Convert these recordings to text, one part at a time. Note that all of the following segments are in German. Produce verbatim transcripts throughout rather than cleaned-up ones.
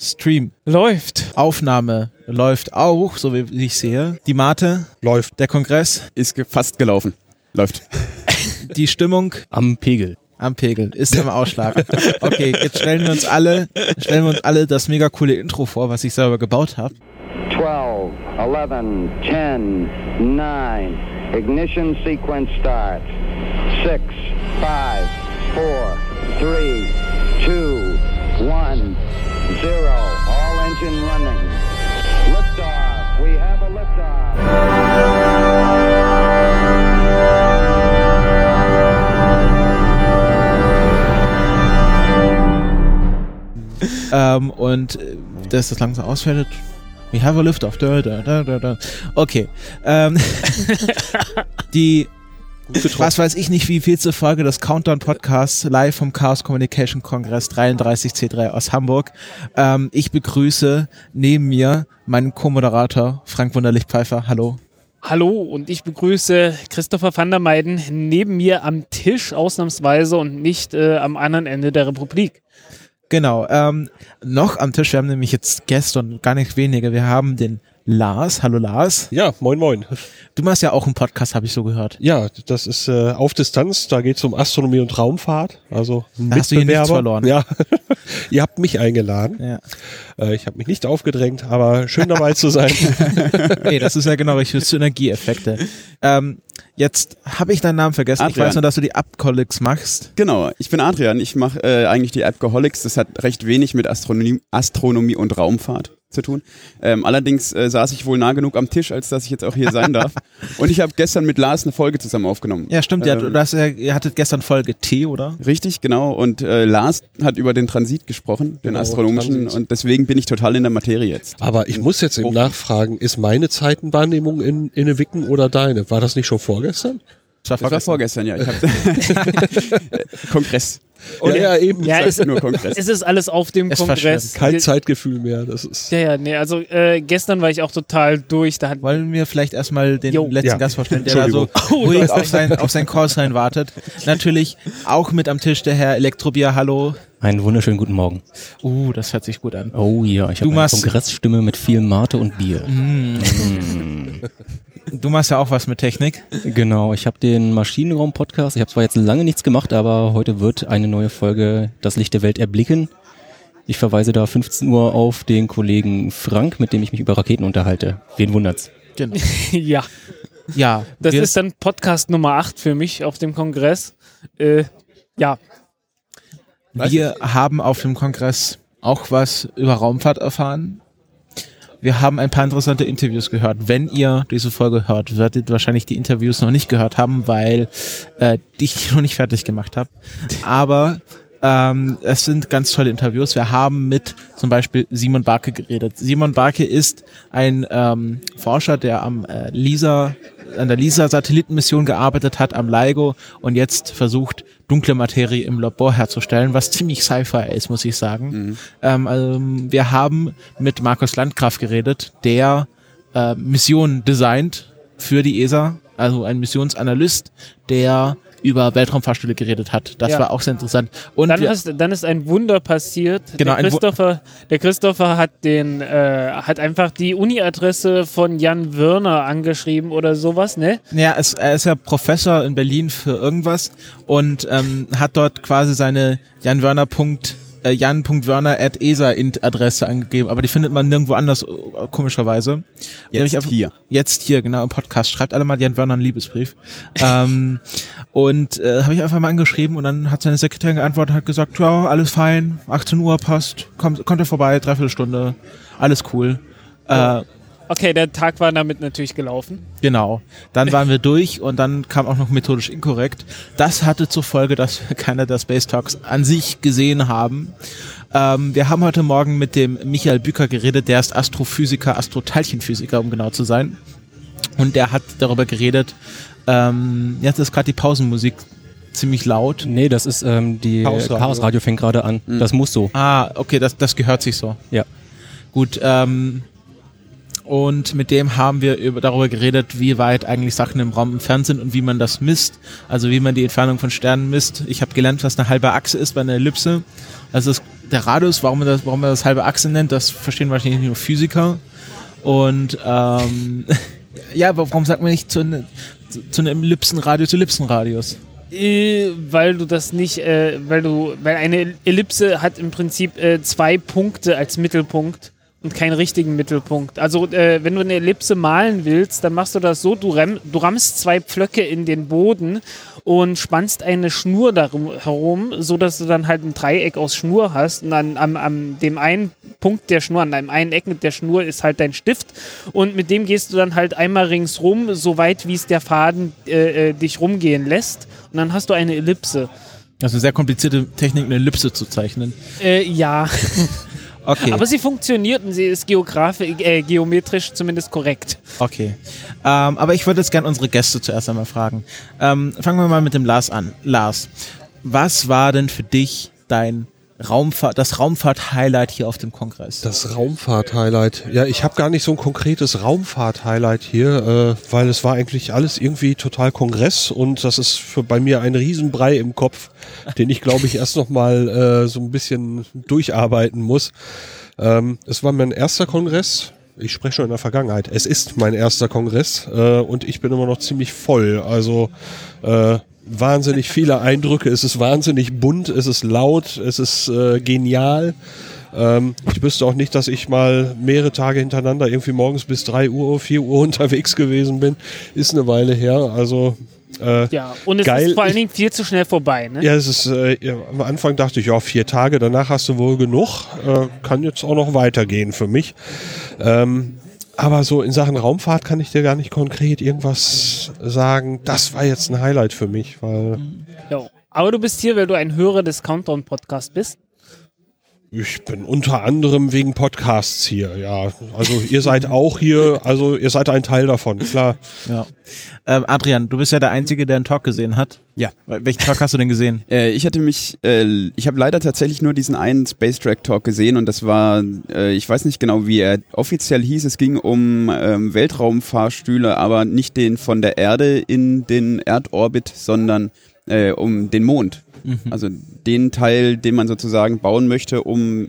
Stream. Läuft. Aufnahme läuft auch, so wie ich sehe. Die Mate. Läuft. Der Kongress. Ist ge- fast gelaufen. Läuft. Die Stimmung. Am Pegel. Am Pegel. Ist am Ausschlag. Okay, jetzt stellen wir uns alle, stellen wir uns alle das mega coole Intro vor, was ich selber gebaut habe. twelve, eleven, ten, nine. Ignition sequence start. six, five, four, three, two, one, zero. All engine running. Liftoff. We have a liftoff. Ähm, und dass das langsam ausfällt. We have a liftoff. Da, da, da, da, da. Okay. Ähm, die, was weiß ich nicht, wie vielste Folge des Countdown-Podcasts live vom Chaos Communication Kongress dreiunddreißig C drei aus Hamburg. Ähm, ich begrüße neben mir meinen Co-Moderator Frank Wunderlich-Pfeiffer. Hallo. Hallo und ich begrüße Christopher van der Meiden neben mir am Tisch ausnahmsweise und nicht äh, am anderen Ende der Republik. Genau, ähm, noch am Tisch, wir haben nämlich jetzt Gäste und gar nicht weniger, wir haben den Lars. Hallo Lars. Ja, moin moin. Du machst ja auch einen Podcast, habe ich so gehört. Ja, das ist äh, auf Distanz, da geht es um Astronomie und Raumfahrt. Also da hast du hier nichts verloren. Ja, ihr habt mich eingeladen. Ja. Äh, ich habe mich nicht aufgedrängt, aber schön dabei zu sein. Hey, das ist ja genau richtig, Synergieeffekte. Ähm, jetzt habe ich deinen Namen vergessen. Adrian. Ich weiß nur, dass du die Appcoholics machst. Genau, ich bin Adrian. Ich mache äh, eigentlich die Appcoholics. Das hat recht wenig mit Astronomie, Astronomie und Raumfahrt zu tun. Ähm, allerdings äh, saß ich wohl nah genug am Tisch, als dass ich jetzt auch hier sein darf. Und ich habe gestern mit Lars eine Folge zusammen aufgenommen. Ja, stimmt. Ähm, Ja, du hast ja, ihr hattet gestern Folge T, oder? Richtig, genau. Und äh, Lars hat über den Transit gesprochen, den Genau, astronomischen. Transit. Und deswegen bin ich total in der Materie jetzt. Aber ich muss jetzt eben Oh. nachfragen, ist meine Zeitenwahrnehmung in Innewicken oder deine? War das nicht schon vorgestern? Das war Das war vorgestern, ja. Ich hab Kongress. Ja, ja, eben. Ja, es, Nur Kongress. es ist alles auf dem Es Kongress. verschwimmt. Kein Zeitgefühl mehr. Das ist Ja, ja, nee, also äh, gestern war ich auch total durch. Da hat Wollen wir vielleicht erstmal den Jo. letzten Ja. Gast vorstellen, der da so Entschuldigung. Oh, ruhig das- auf sein, auf sein Callsign wartet. Natürlich auch mit am Tisch der Herr Elektrobier. Hallo. Einen wunderschönen guten Morgen. Uh, das hört sich gut an. Oh ja, ich Du habe eine machst- Kongressstimme mit viel Mate und Bier. Mm. Du machst ja auch was mit Technik. Genau, ich habe den Maschinenraum-Podcast. Ich habe zwar jetzt lange nichts gemacht, aber heute wird eine neue Folge Das Licht der Welt erblicken. Ich verweise da fünfzehn Uhr auf den Kollegen Frank, mit dem ich mich über Raketen unterhalte. Wen wundert's? Genau. ja, Ja, das wir, ist dann Podcast Nummer acht für mich auf dem Kongress. Äh, ja, wir haben auf dem Kongress auch was über Raumfahrt erfahren. Wir haben ein paar interessante Interviews gehört. Wenn ihr diese Folge hört, werdet ihr wahrscheinlich die Interviews noch nicht gehört haben, weil äh, die ich noch nicht fertig gemacht habe. Aber ähm, es sind ganz tolle Interviews. Wir haben mit zum Beispiel Simon Barke geredet. Simon Barke ist ein ähm, Forscher, der am äh, LISA, an der LISA-Satellitenmission gearbeitet hat, am LIGO und jetzt versucht, dunkle Materie im Labor herzustellen, was ziemlich Sci-Fi ist, muss ich sagen. Mhm. Ähm, also, wir haben mit Markus Landgraf geredet, der äh, Missionen designt für die E S A, also ein Missionsanalyst, der über Weltraumfahrstühle geredet hat. Das Ja. war auch sehr interessant. Und dann wir, ist, dann ist ein Wunder passiert. Genau, der ein Wu- Christopher, der Christopher hat den, äh, hat einfach die Uni-Adresse von Jan Wörner angeschrieben oder sowas, ne? ja, es, er ist ja Professor in Berlin für irgendwas und ähm, hat dort quasi seine Jan Wörner. Äh, jan.wörner at e s a int Adresse angegeben, aber die findet man nirgendwo anders, äh, komischerweise. Die hab ich Jetzt einfach- hier. Jetzt hier, genau, im Podcast. Schreibt alle mal Jan Wörner einen Liebesbrief. ähm, und äh, habe ich einfach mal angeschrieben und dann hat seine Sekretärin geantwortet und hat gesagt, ja, alles fein, achtzehn Uhr passt, kommt, kommt er vorbei, dreiviertel Stunde, alles cool. Äh, Okay, der Tag war damit natürlich gelaufen. Genau. Dann waren wir durch und dann kam auch noch methodisch inkorrekt. Das hatte zur Folge, dass wir keiner der Space Talks an sich gesehen haben. Ähm, wir haben heute Morgen mit dem Michael Büker geredet, der ist Astrophysiker, Astroteilchenphysiker, um genau zu sein. Und der hat darüber geredet, ähm, jetzt ist gerade die Pausenmusik ziemlich laut. Nee, das ist ähm, die Chaosradio. Chaosradio fängt gerade an. Das muss so. Ah, okay, das, das gehört sich so. Ja. Gut, ähm, und mit dem haben wir über, darüber geredet, wie weit eigentlich Sachen im Raum entfernt sind und wie man das misst, also wie man die Entfernung von Sternen misst. Ich habe gelernt, was eine halbe Achse ist bei einer Ellipse. Also es der Radius, warum man das, warum man das halbe Achse nennt, das verstehen wahrscheinlich nur Physiker. Und ähm, ja, warum sagt man nicht zu, ne, zu, zu einem Ellipsenradius Ellipsenradius? Äh, weil du das nicht, äh, weil du, weil eine Ellipse hat im Prinzip äh, zwei Punkte als Mittelpunkt und keinen richtigen Mittelpunkt. Also äh, wenn du eine Ellipse malen willst, dann machst du das so, du, ramm, du rammst zwei Pflöcke in den Boden und spannst eine Schnur darum herum, sodass du dann halt ein Dreieck aus Schnur hast und an, am, am dem einen Punkt der Schnur, an einem einen Eck der Schnur ist halt dein Stift und mit dem gehst du dann halt einmal ringsrum, so weit wie es der Faden äh, äh, dich rumgehen lässt und dann hast du eine Ellipse. Das ist eine sehr komplizierte Technik, eine Ellipse zu zeichnen. Äh, ja. Okay. Aber sie funktioniert und sie ist geografisch, äh, geometrisch zumindest korrekt. Okay. Ähm, aber ich würde jetzt gerne unsere Gäste zuerst einmal fragen. Ähm, fangen wir mal mit dem Lars an. Lars, was war denn für dich dein Raumfahrt, das Raumfahrt-Highlight hier auf dem Kongress? Das Raumfahrt-Highlight. Ja, ich habe gar nicht so ein konkretes Raumfahrt-Highlight hier, äh, weil es war eigentlich alles irgendwie total Kongress und das ist für bei mir ein Riesenbrei im Kopf, den ich glaube ich erst noch mal äh, so ein bisschen durcharbeiten muss. Ähm, es war mein erster Kongress. Ich spreche schon in der Vergangenheit. Es ist mein erster Kongress äh, und ich bin immer noch ziemlich voll. Also äh, wahnsinnig viele Eindrücke, es ist wahnsinnig bunt, es ist laut, es ist äh, genial. Ähm, ich wüsste auch nicht, dass ich mal mehrere Tage hintereinander irgendwie morgens bis drei Uhr, vier Uhr unterwegs gewesen bin. Ist eine Weile her, also äh, ja, und es geil. ist vor allen Dingen viel zu schnell vorbei, ne? Ja, es ist, äh, ja, am Anfang dachte ich, ja, vier Tage, danach hast du wohl genug, äh, kann jetzt auch noch weitergehen für mich. Ähm, Aber so in Sachen Raumfahrt kann ich dir gar nicht konkret irgendwas sagen. Das war jetzt ein Highlight für mich, weil... Ja. Aber du bist hier, weil du ein Hörer des Countdown-Podcasts bist. Ich bin unter anderem wegen Podcasts hier, ja. Also ihr seid auch hier, also ihr seid ein Teil davon, klar. Ja. Ähm, Adrian, du bist ja der Einzige, der einen Talk gesehen hat. Ja. Welchen Talk hast du denn gesehen? Äh, ich hatte mich, äh, ich habe leider tatsächlich nur diesen einen Space Track Talk gesehen und das war, äh, ich weiß nicht genau, wie er offiziell hieß, es ging um ähm, Weltraumfahrstühle, aber nicht den von der Erde in den Erdorbit, sondern äh, um den Mond. Mhm. Also den Teil, den man sozusagen bauen möchte, um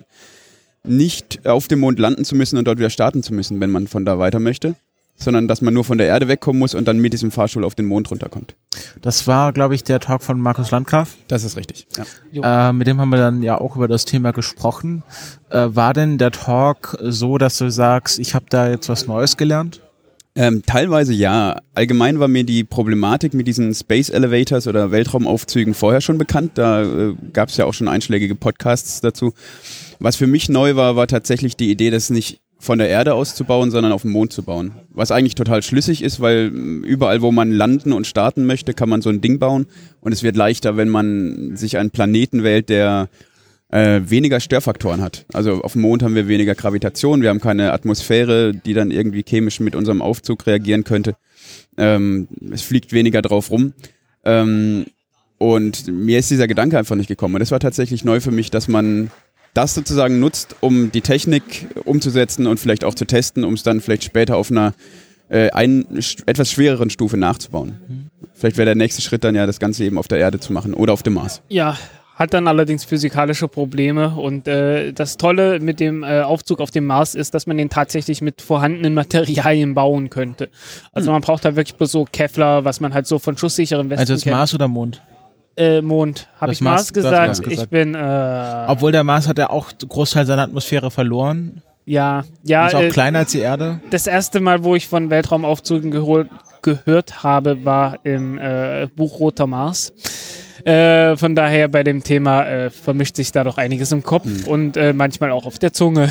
nicht auf dem Mond landen zu müssen und dort wieder starten zu müssen, wenn man von da weiter möchte, sondern dass man nur von der Erde wegkommen muss und dann mit diesem Fahrstuhl auf den Mond runterkommt. Das war, glaube ich, der Talk von Markus Landgraf. Das ist richtig, ja. Äh, mit dem haben wir dann ja auch über das Thema gesprochen. Äh, war denn der Talk so, dass du sagst, ich habe da jetzt was Neues gelernt? Ähm, teilweise ja. Allgemein war mir die Problematik mit diesen Space Elevators oder Weltraumaufzügen vorher schon bekannt. Da äh, gab es ja auch schon einschlägige Podcasts dazu. Was für mich neu war, war tatsächlich die Idee, das nicht von der Erde aus zu bauen, sondern auf dem Mond zu bauen. Was eigentlich total schlüssig ist, weil überall, wo man landen und starten möchte, kann man so ein Ding bauen. Und es wird leichter, wenn man sich einen Planeten wählt, der äh, weniger Störfaktoren hat. Also auf dem Mond haben wir weniger Gravitation, wir haben keine Atmosphäre, die dann irgendwie chemisch mit unserem Aufzug reagieren könnte. Ähm, es fliegt weniger drauf rum. Ähm, und mir ist dieser Gedanke einfach nicht gekommen. Und das war tatsächlich neu für mich, dass man das sozusagen nutzt, um die Technik umzusetzen und vielleicht auch zu testen, um es dann vielleicht später auf einer äh, ein, etwas schwereren Stufe nachzubauen. Mhm. Vielleicht wäre der nächste Schritt dann ja, das Ganze eben auf der Erde zu machen oder auf dem Mars. Ja, hat dann allerdings physikalische Probleme und äh, das Tolle mit dem äh, Aufzug auf dem Mars ist, dass man den tatsächlich mit vorhandenen Materialien bauen könnte. Also mhm. man braucht da wirklich bloß so Kevlar, was man halt so von schusssicheren Westen kennt. Also das Mars oder Mond? Äh, Mond. Habe ich Mars, Mars gesagt? gesagt? Ich bin. Äh, Obwohl der Mars hat ja auch einen Großteil seiner Atmosphäre verloren. Ja, ja. Ist auch äh, kleiner als die Erde. Das erste Mal, wo ich von Weltraumaufzügen geholt, gehört habe, war im äh, Buch Roter Mars. Äh, von daher bei dem Thema äh, vermischt sich da doch einiges im Kopf mhm. und äh, manchmal auch auf der Zunge.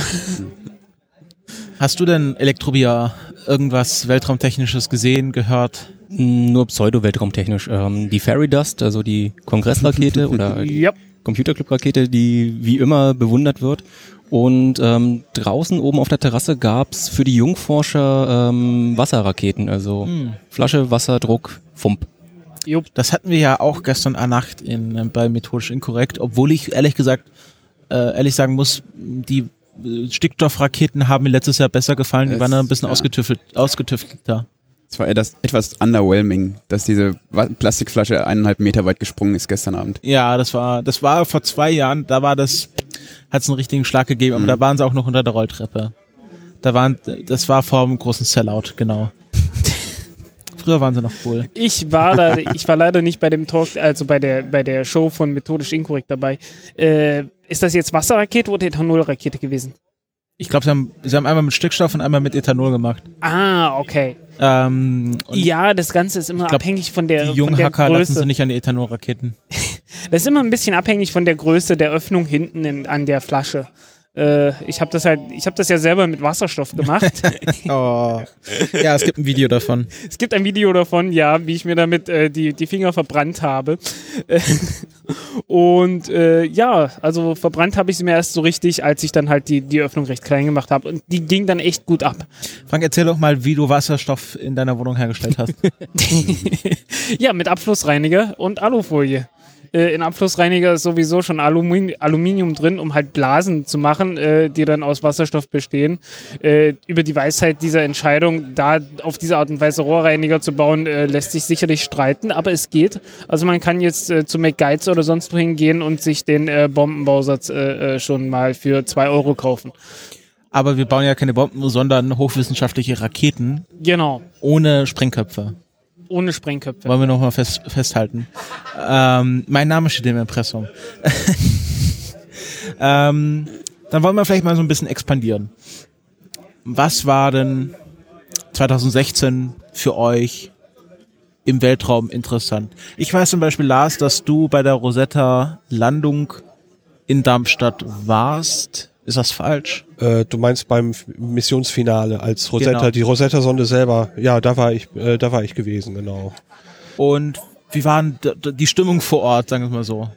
Hast du denn, Elektrobia, irgendwas Weltraumtechnisches gesehen, gehört? Nur pseudo-weltraumtechnisch. Ähm, die Fairy Dust, also die Kongressrakete oder die yep. Computerclub-Rakete, die wie immer bewundert wird. Und ähm, draußen oben auf der Terrasse gab's für die Jungforscher ähm, Wasserraketen, also hm. Flasche, Wasser, Druck, Fump. Jupp. Das hatten wir ja auch gestern Nacht in, bei Methodisch Inkorrekt, obwohl ich ehrlich gesagt, äh, ehrlich sagen muss, die Stickstoffraketen haben mir letztes Jahr besser gefallen, die es, waren ein bisschen ja. ausgetüftelt, ausgetüftelter. Es war etwas, etwas underwhelming, dass diese Plastikflasche eineinhalb Meter weit gesprungen ist gestern Abend. Ja, das war, das war vor zwei Jahren, da war das, hat es einen richtigen Schlag gegeben, aber mhm. da waren sie auch noch unter der Rolltreppe. Da waren, das war vor dem großen Sellout, genau. Früher waren sie noch cool. Ich war da, ich war leider nicht bei dem Talk, also bei der, bei der Show von Methodisch Inkorrekt dabei. Äh, ist das jetzt Wasserrakete oder Ethanolrakete gewesen? Ich glaube, sie haben, sie haben einmal mit Stickstoff und einmal mit Ethanol gemacht. Ah, okay. Ähm, ja, das Ganze ist immer glaub, abhängig von der, die jungen von der Hacker Größe. lassen sie nicht an die Ethanolraketen. Das ist immer ein bisschen abhängig von der Größe der Öffnung hinten in, an der Flasche. Äh, ich habe das halt, ich habe das ja selber mit Wasserstoff gemacht. Oh. Ja, es gibt ein Video davon. Es gibt ein Video davon, ja, wie ich mir damit äh, die, die Finger verbrannt habe. Und äh, ja, also verbrannt habe ich sie mir erst so richtig, als ich dann halt die, die Öffnung recht klein gemacht habe. Und die ging dann echt gut ab. Frank, erzähl doch mal, wie du Wasserstoff in deiner Wohnung hergestellt hast. Ja, mit Abflussreiniger und Alufolie. In Abflussreiniger ist sowieso schon Aluminium, Aluminium drin, um halt Blasen zu machen, äh, die dann aus Wasserstoff bestehen. Äh, über die Weisheit dieser Entscheidung, da auf diese Art und Weise Rohrreiniger zu bauen, äh, lässt sich sicherlich streiten, aber es geht. Also man kann jetzt äh, zu McGuides oder sonst wohin gehen und sich den äh, Bombenbausatz äh, schon mal für zwei Euro kaufen. Aber wir bauen ja keine Bomben, sondern hochwissenschaftliche Raketen. Genau. Ohne Sprengköpfe. Ohne Sprengköpfe. Wollen wir nochmal fest, festhalten. Ähm, mein Name steht im Impressum. ähm, dann wollen wir vielleicht mal so ein bisschen expandieren. Was war denn zwanzig sechzehn für euch im Weltraum interessant? Ich weiß zum Beispiel, Lars, dass du bei der Rosetta-Landung in Darmstadt warst. Ist das falsch? Äh, du meinst beim Missionsfinale als Rosetta, genau. Die Rosetta-Sonde selber, ja, da war ich, äh, da war ich gewesen, genau. Und wie war d- d- die Stimmung vor Ort, sagen wir mal so?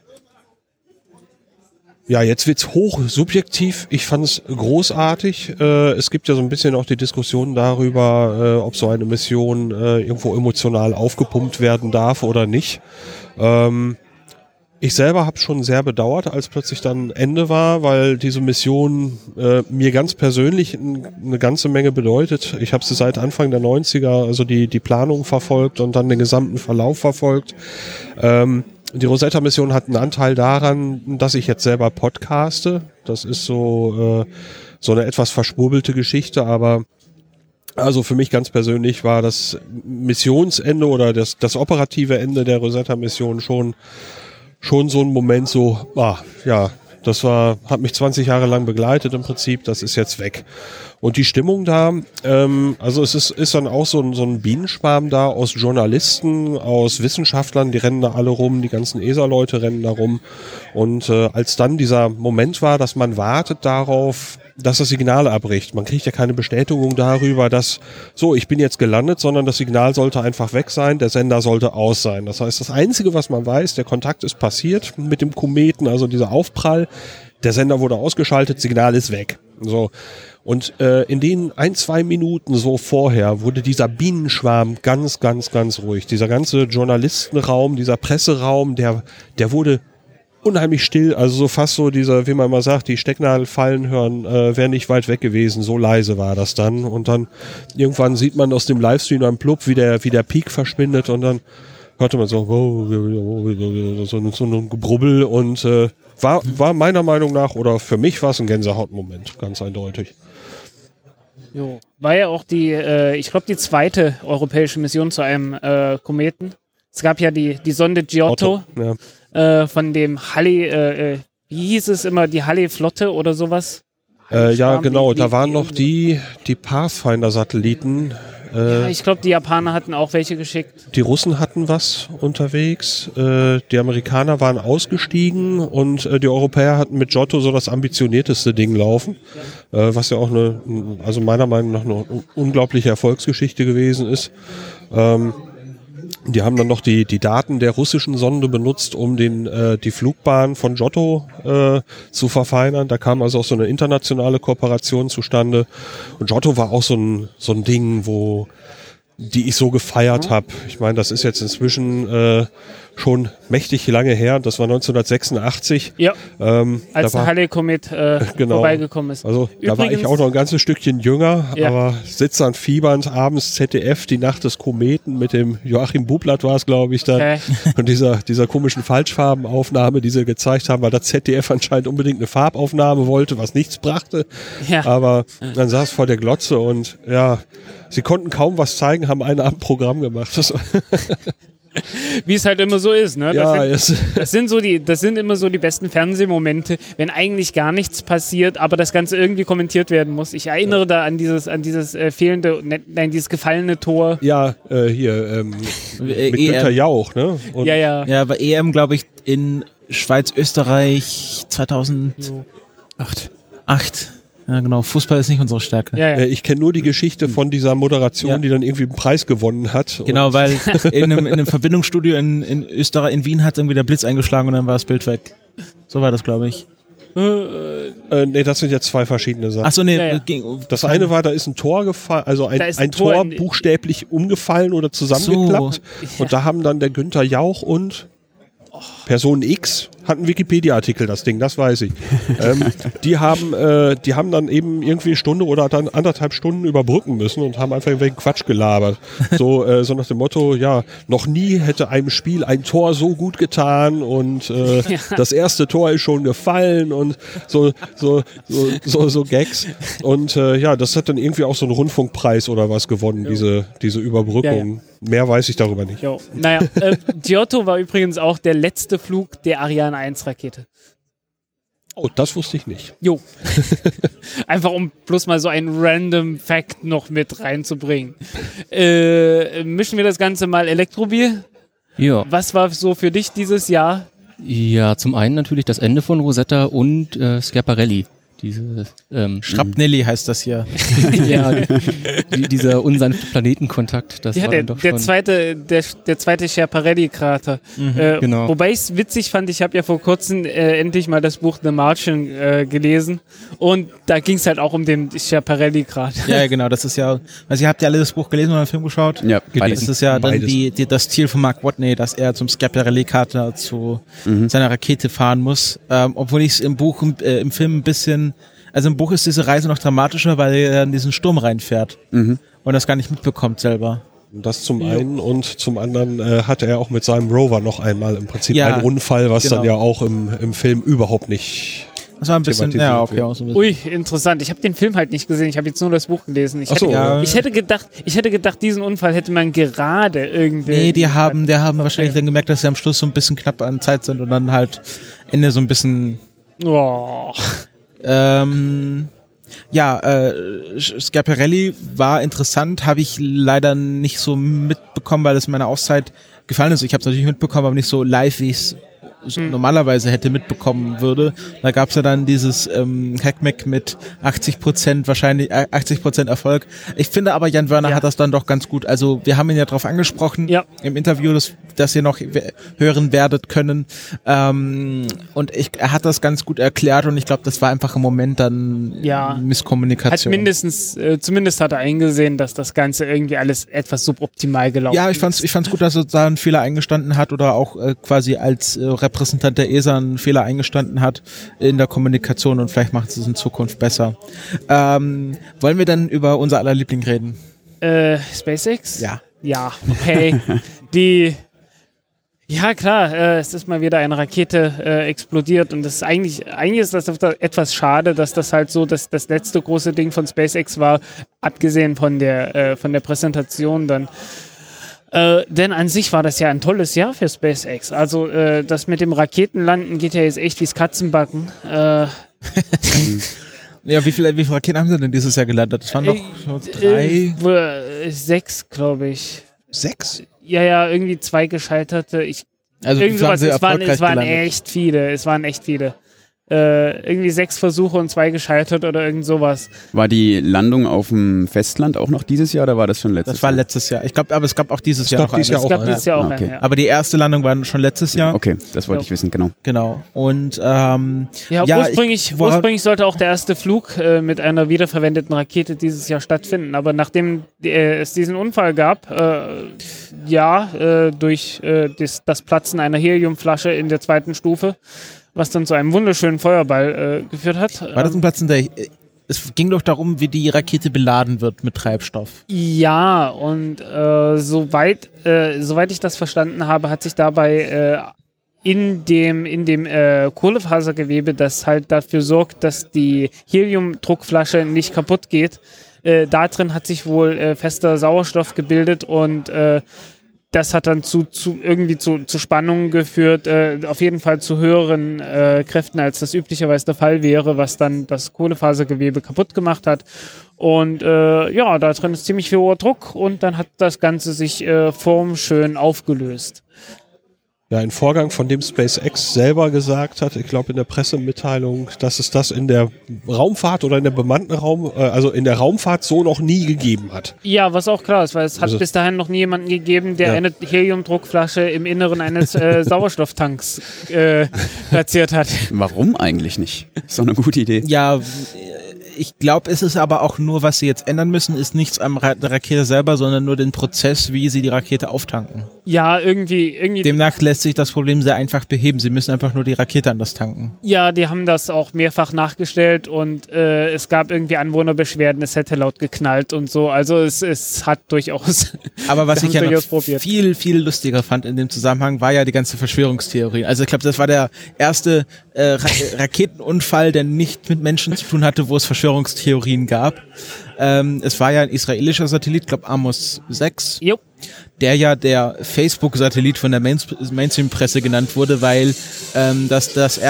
Ja, jetzt wird's hoch subjektiv. Ich fand es großartig. Äh, es gibt ja so ein bisschen auch die Diskussion darüber, äh, ob so eine Mission äh, irgendwo emotional aufgepumpt werden darf oder nicht. Ähm, Ich selber habe schon sehr bedauert, als plötzlich dann Ende war, weil diese Mission äh, mir ganz persönlich n- eine ganze Menge bedeutet. Ich habe sie seit Anfang der neunziger, also die die Planung verfolgt und dann den gesamten Verlauf verfolgt. Ähm, die Rosetta-Mission hat einen Anteil daran, dass ich jetzt selber podcaste. Das ist so äh, so eine etwas verschwurbelte Geschichte, aber also für mich ganz persönlich war das Missionsende oder das das operative Ende der Rosetta-Mission schon schon so ein Moment so, ah, ja, das war, hat mich zwanzig Jahre lang begleitet im Prinzip, das ist jetzt weg. Und die Stimmung da, ähm, also es ist, ist dann auch so ein, so ein Bienenschwarm da aus Journalisten, aus Wissenschaftlern, die rennen da alle rum, die ganzen E S A-Leute rennen da rum. Und äh, als dann dieser Moment war, dass man wartet darauf, dass das Signal abbricht. Man kriegt ja keine Bestätigung darüber, dass, so, ich bin jetzt gelandet, sondern das Signal sollte einfach weg sein, der Sender sollte aus sein. Das heißt, das Einzige, was man weiß, der Kontakt ist passiert mit dem Kometen, also dieser Aufprall, der Sender wurde ausgeschaltet, Signal ist weg. So. Und äh, in den ein, zwei Minuten so vorher wurde dieser Bienenschwarm ganz, ganz, ganz ruhig. Dieser ganze Journalistenraum, dieser Presseraum, der, der wurde unheimlich still, also so fast so dieser, wie man mal sagt, die Stecknadel fallen hören, äh, wäre nicht weit weg gewesen, so leise war das dann. Und dann irgendwann sieht man aus dem Livestream am Plop, wie der, wie der Peak verschwindet und dann hörte man so, so, so ein Gebrubbel und äh, war, war meiner Meinung nach, oder für mich war es ein Gänsehautmoment, ganz eindeutig. Jo. War ja auch die, äh, ich glaube, die zweite europäische Mission zu einem äh, Kometen. Es gab ja die, die Sonde Giotto, Otto, ja. äh, von dem Halley, äh, äh, wie hieß es immer, die Halley-Flotte oder sowas? Äh, ja, genau, die, da die, waren die noch die, die Pathfinder-Satelliten. Äh, ja, ich glaube, die Japaner hatten auch welche geschickt. Die Russen hatten was unterwegs, äh, die Amerikaner waren ausgestiegen und äh, die Europäer hatten mit Giotto so das ambitionierteste Ding laufen, äh, was ja auch eine, also meiner Meinung nach eine unglaubliche Erfolgsgeschichte gewesen ist. Ähm, Die haben dann noch die, die Daten der russischen Sonde benutzt, um den, äh, die Flugbahn von Giotto äh, zu verfeinern. Da kam also auch so eine internationale Kooperation zustande. Und Giotto war auch so ein, so ein Ding, wo die ich so gefeiert habe. Ich meine, das ist jetzt inzwischen äh, schon mächtig lange her. Das war neunzehnhundertsechsundachtzig. Ja, ähm, als der Halley-Komet äh, genau. vorbeigekommen ist. Also Übrigens, da war ich auch noch ein ganzes Stückchen jünger, Ja. aber sitzend fiebernd, abends Z D F, die Nacht des Kometen mit dem Joachim Bublatt war es, glaube ich, dann. Okay. Und dieser, dieser komischen Falschfarbenaufnahme, die sie gezeigt haben, weil das Z D F anscheinend unbedingt eine Farbaufnahme wollte, was nichts brachte. Ja. Aber dann saß vor der Glotze und ja, sie konnten kaum was zeigen, haben ein Abendprogramm gemacht. Das, Wie es halt immer so ist, ne? Das, ja, sind, es, das sind so die, das sind immer so die besten Fernsehmomente, wenn eigentlich gar nichts passiert, aber das Ganze irgendwie kommentiert werden muss. Ich erinnere da an dieses, an dieses äh, fehlende, ne, nein, dieses gefallene Tor. ja, äh, hier, ähm, Äh, mit E Günter M. Jauch, ne? Und Ja, ja. Ja, bei E M, glaube ich, in Schweiz, Österreich zweitausendacht. Acht. Ja, genau. Fußball ist nicht unsere Stärke. Ja, Äh, ja. Ich kenne nur die Geschichte von dieser Moderation, Ja. die dann irgendwie einen Preis gewonnen hat. Genau, weil in einem, in einem Verbindungsstudio in, in Österreich, in Wien hat irgendwie der Blitz eingeschlagen und dann war das Bild weg. So war das, glaube ich. Äh, nee, das sind jetzt zwei verschiedene Sachen. Achso, nee. Ja, ja. Ging, Das eine war, da ist ein Tor gefallen, also ein, Da ist ein ein Tor Tor, in- buchstäblich umgefallen oder zusammengeklappt. So. Und da haben dann der Günther Jauch und Person X hat einen Wikipedia-Artikel, das Ding, das weiß ich. ähm, die haben, äh, die haben dann eben irgendwie eine Stunde oder dann anderthalb Stunden überbrücken müssen und haben einfach irgendwelchen Quatsch gelabert. So, äh, so nach dem Motto, ja, noch nie hätte einem Spiel ein Tor so gut getan und äh, Ja. das erste Tor ist schon gefallen und so, so, so, so, so Gags. Und äh, ja, das hat dann irgendwie auch so einen Rundfunkpreis oder was gewonnen, diese, diese Überbrückung. Mehr weiß ich darüber nicht. Jo. Naja, äh, Giotto war übrigens auch der letzte Flug der Ariane eins Rakete. Oh, das wusste ich nicht. Jo. Einfach um bloß mal so einen random Fact noch mit reinzubringen. Äh, mischen wir das Ganze mal Elektrobier. Ja. Was war so für dich dieses Jahr? Ja, zum einen natürlich das Ende von Rosetta und äh, Schiaparelli. Diese, ähm, Schrapnelli heißt das hier. ja, die, dieser unsanfte Planetenkontakt, das Ja, war der, dann doch der schon... zweite, der, der zweite Schiaparelli-Krater. äh, genau. Wobei ich es witzig fand, ich habe ja vor kurzem äh, endlich mal das Buch The Martian äh, gelesen und da ging es halt auch um den Schiaparelli-Krater. Ja, ja, genau. Das ist ja, also ihr habt ja alle das Buch gelesen oder den Film geschaut? Ja, Das beides. ist ja dann Beides. die, die, das Ziel von Mark Watney, dass er zum Schiaparelli-Krater zu seiner Rakete fahren muss. Ähm, obwohl ich es im Buch, äh, im Film ein bisschen, also im Buch ist diese Reise noch dramatischer, weil er in diesen Sturm reinfährt und das gar nicht mitbekommt selber. Das zum einen und zum anderen äh, hatte er auch mit seinem Rover noch einmal im Prinzip Ja, einen Unfall, was genau. dann ja auch im, im Film überhaupt nicht. Das war ein bisschen, Thematisiert ja, okay, wird. auch so ein bisschen. Ui, interessant. Ich habe den Film halt nicht gesehen. Ich habe jetzt nur das Buch gelesen. Ich, Ach so, hätte, ja. ich, hätte gedacht, ich hätte gedacht, diesen Unfall hätte man gerade irgendwie... Nee, die haben, die haben wahrscheinlich dann gemerkt, dass sie am Schluss so ein bisschen knapp an Zeit sind und dann halt Ende so ein bisschen, Oh. ähm, ja, äh, Schiaparelli war interessant, habe ich leider nicht so mitbekommen, weil es in meiner Auszeit gefallen ist. Ich habe es natürlich mitbekommen, aber nicht so live, wie ich es so normalerweise hätte mitbekommen würde. Da gab es ja dann dieses ähm, Hackmack mit achtzig Prozent wahrscheinlich, äh, achtzig Prozent Erfolg. Ich finde aber, Jan Wörner Ja. hat das dann doch ganz gut, also wir haben ihn ja drauf angesprochen Ja. im Interview, das, das ihr noch we- hören werdet können. Ähm, und ich, er hat das ganz gut erklärt und ich glaube, das war einfach im Moment dann Ja. Hat Misskommunikation. mindestens, äh, zumindest hat er eingesehen, dass das Ganze irgendwie alles etwas suboptimal gelaufen Ja, ich fand's, ich fand's gut, dass er da einen Fehler eingestanden hat oder auch äh, quasi als äh, Repräsentant der E S A einen Fehler eingestanden hat in der Kommunikation und vielleicht macht es in Zukunft besser. Ähm, wollen wir dann über unser aller Liebling reden? Äh, SpaceX? Ja. Ja, okay. Die, ja klar, äh, es ist mal wieder eine Rakete äh, explodiert und das ist eigentlich, eigentlich ist das etwas schade, dass das halt so das, das letzte große Ding von SpaceX war, abgesehen von der, äh, von der Präsentation dann. Äh, denn an sich war das ja ein tolles Jahr für SpaceX. Also äh, das mit dem Raketenlanden geht ja jetzt echt wie's Katzenbacken. Äh, Ja, wie viele, wie viele Raketen haben sie denn dieses Jahr gelandet? Das waren doch so drei. äh, wo- äh, sechs, glaube ich. Sechs? Ja, ja, irgendwie zwei gescheiterte. Ich Also Irgend wie waren sowas. sie Es waren, erfolgreich es waren gelandet? echt viele. Es waren echt viele. äh, irgendwie sechs Versuche und zwei gescheitert oder irgend sowas. War die Landung auf dem Festland auch noch dieses Jahr oder war das schon letztes Jahr? Das war letztes Jahr. Ich glaube, aber es gab auch dieses Jahr gab noch dieses Jahr eines. Es gab eine. dieses Jahr auch Ah, okay. einen, ja. Aber die erste Landung war schon letztes Jahr. Okay, das wollte Ja. ich wissen, genau. Genau. Und ähm, Ja, ja, ursprünglich, ich, woran- ursprünglich sollte auch der erste Flug äh, mit einer wiederverwendeten Rakete dieses Jahr stattfinden, aber nachdem äh, es diesen Unfall gab, äh, ja, äh, durch äh, das, das Platzen einer Heliumflasche in der zweiten Stufe, was dann zu einem wunderschönen Feuerball äh, geführt hat. war das ein Platz in der... Es ging doch darum, wie die Rakete beladen wird mit Treibstoff. Ja, und äh, soweit, äh, soweit ich das verstanden habe, hat sich dabei äh, in dem, in dem äh, Kohlefasergewebe, das halt dafür sorgt, dass die Heliumdruckflasche nicht kaputt geht, äh, da drin hat sich wohl äh, fester Sauerstoff gebildet und äh, das hat dann zu, zu irgendwie zu, zu Spannungen geführt, äh, auf jeden Fall zu höheren äh, Kräften, als das üblicherweise der Fall wäre, was dann das Kohlefasergewebe kaputt gemacht hat. Und äh, ja, da drin ist ziemlich viel hoher Druck und dann hat das Ganze sich äh, formschön aufgelöst. Ja, ein Vorgang, von dem SpaceX selber gesagt hat, ich glaube in der Pressemitteilung, dass es das in der Raumfahrt oder in der bemannten Raum, äh, also in der Raumfahrt so noch nie gegeben hat. Ja, was auch klar ist, weil es hat Also- bis dahin noch nie jemanden gegeben, der Ja. eine Heliumdruckflasche im Inneren eines äh, Sauerstofftanks äh, platziert hat. Warum eigentlich nicht? Ist doch eine gute Idee. Ja, ich glaube, es ist aber auch nur, was sie jetzt ändern müssen, ist nichts am Ra der Rakete selber, sondern nur den Prozess, wie sie die Rakete auftanken. Ja, irgendwie, irgendwie. Demnach lässt sich das Problem sehr einfach beheben. Sie müssen einfach nur die Rakete anders tanken. Ja, die haben das auch mehrfach nachgestellt und äh, es gab irgendwie Anwohnerbeschwerden, es hätte laut geknallt und so. Also es, es hat durchaus. Aber was Wir ich ja haben's noch durchaus probiert. viel, viel lustiger fand in dem Zusammenhang, war ja die ganze Verschwörungstheorie. Also ich glaube, das war der erste äh, Ra Raketenunfall, der nicht mit Menschen zu tun hatte, wo es Verschwörungstheorien gab. Ähm, es war ja ein israelischer Satellit, glaube Amos sechs. Jo. Der ja der Facebook-Satellit von der Main Mainstream-Presse genannt wurde, weil ähm, das das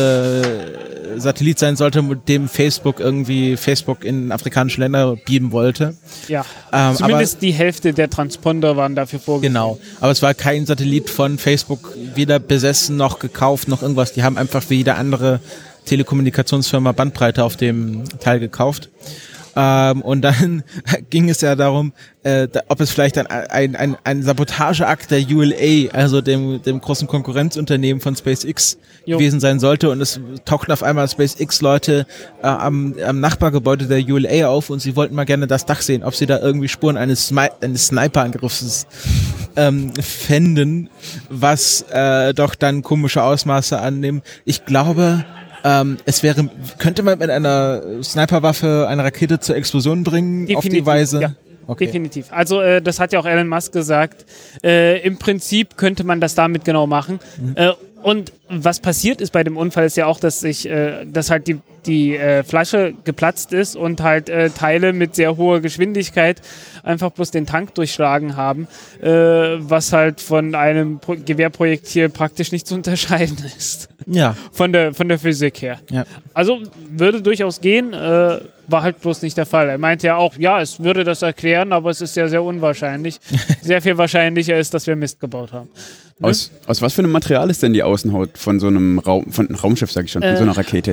erste Satellit sein sollte, mit dem Facebook irgendwie Facebook in afrikanische Länder beamen wollte. Ja. Ähm, Zumindest die Hälfte der Transponder waren dafür vorgesehen. Genau, aber es war kein Satellit von Facebook weder besessen noch gekauft noch irgendwas. Die haben einfach wie jede andere Telekommunikationsfirma Bandbreite auf dem Teil gekauft. Ähm, und dann ging es ja darum, äh, da, ob es vielleicht ein, ein, ein, ein Sabotageakt der U L A, also dem, dem großen Konkurrenzunternehmen von SpaceX, Jo. gewesen sein sollte. Und es tauchten auf einmal SpaceX-Leute äh, am, am Nachbargebäude der U L A auf und sie wollten mal gerne das Dach sehen, ob sie da irgendwie Spuren eines, Smi eines Sniper-Angriffs ähm, fänden, was äh, doch dann komische Ausmaße annimmt. Ich glaube... Ähm, es wäre, könnte man mit einer Sniperwaffe eine Rakete zur Explosion bringen, auf die Definitiv, Weise? ja. Okay. Definitiv. Also äh, das hat ja auch Elon Musk gesagt. Äh, Im Prinzip könnte man das damit genau machen. Mhm. Äh, und was passiert ist bei dem Unfall ist ja auch, dass sich, äh, dass halt die, die äh, Flasche geplatzt ist und halt äh, Teile mit sehr hoher Geschwindigkeit einfach bloß den Tank durchschlagen haben, äh, was halt von einem Pro Gewehrprojektil praktisch nicht zu unterscheiden ist. Ja. Von der, von der Physik her. Ja. Also würde durchaus gehen, äh, war halt bloß nicht der Fall. Er meinte ja auch, ja, es würde das erklären, aber es ist ja sehr unwahrscheinlich. Sehr viel wahrscheinlicher ist, dass wir Mist gebaut haben. Ne? Aus, aus was für einem Material ist denn die Außenhaut von so einem Raum, von einem Raumschiff, sag ich schon, von Äh, so einer Rakete?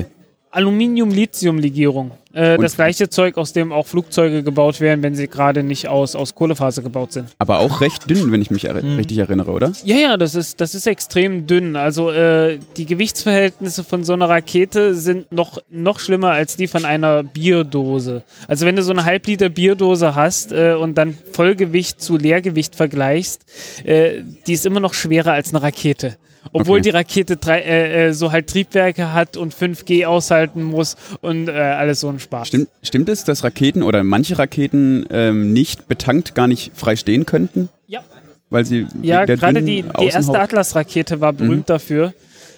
Aluminium-Lithium-Legierung. Äh, Und- das gleiche Zeug, aus dem auch Flugzeuge gebaut werden, wenn sie gerade nicht aus, aus Kohlefaser gebaut sind. Aber auch recht dünn, wenn ich mich er Mhm. richtig erinnere, oder? Ja, ja, das ist, das ist extrem dünn. Also äh, die Gewichtsverhältnisse von so einer Rakete sind noch, noch schlimmer als die von einer Bierdose. Also wenn du so eine Halbliter Bierdose hast äh, und dann Vollgewicht zu Leergewicht vergleichst, äh, die ist immer noch schwerer als eine Rakete. Obwohl Okay. die Rakete drei, äh, äh, so halt Triebwerke hat und fünf G aushalten muss und äh, alles so ein Spaß. Stimmt, stimmt es, dass Raketen oder manche Raketen ähm, nicht betankt gar nicht frei stehen könnten? Ja. Weil sie Ja, der gerade dünnen die, die erste Außenhaut- Atlas-Rakete war berühmt Mhm. dafür.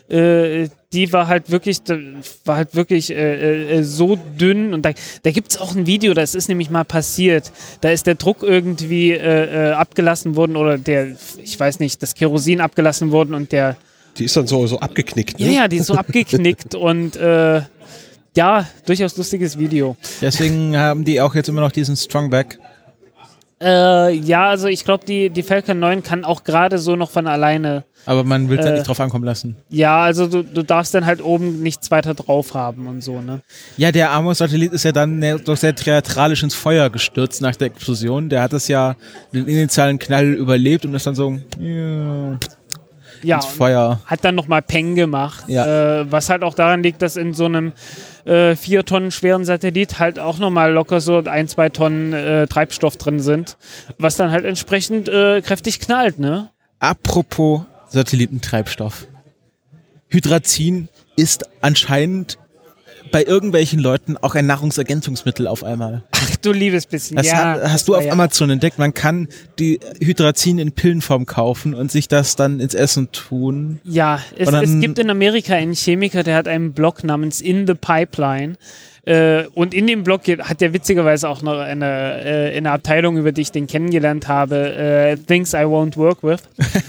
Äh, die war halt wirklich, war halt wirklich äh, äh, so dünn und da, da gibt es auch ein Video, das ist nämlich mal passiert. Da ist der Druck irgendwie äh, äh, abgelassen worden oder der, ich weiß nicht, das Kerosin abgelassen worden und der, Die ist dann so, so abgeknickt. Ne? ja, ja, die ist so abgeknickt und äh, ja, durchaus lustiges Video. Deswegen haben die auch jetzt immer noch diesen Strongback. Äh, ja, also ich glaube, die, die Falcon neun kann auch gerade so noch von alleine. Aber man will es ja Äh, nicht drauf ankommen lassen. Ja, also du, du darfst dann halt oben nichts weiter drauf haben und so, ne? Ja, der Amos-Satellit ist ja dann ne- doch sehr theatralisch ins Feuer gestürzt nach der Explosion. Der hat das ja den initialen Knall überlebt und ist dann so ja, Ja, ins und Feuer. hat dann nochmal Peng gemacht. Ja. Äh, was halt auch daran liegt, dass in so einem äh, vier Tonnen schweren Satellit halt auch nochmal locker so ein, zwei Tonnen äh, Treibstoff drin sind, was dann halt entsprechend äh, kräftig knallt, ne? Apropos Satellitentreibstoff. Hydrazin ist anscheinend bei irgendwelchen Leuten auch ein Nahrungsergänzungsmittel auf einmal. Ach du liebes bisschen, Das ja. ha- hast du auf ja. Amazon entdeckt. Man kann die Hydrazin in Pillenform kaufen und sich das dann ins Essen tun. Ja, es, Und dann- es gibt in Amerika einen Chemiker, der hat einen Blog namens In the Pipeline. Äh, und in dem Blog geht- hat er witzigerweise auch noch eine, äh, eine Abteilung, über die ich den kennengelernt habe, äh, Things I Won't Work With.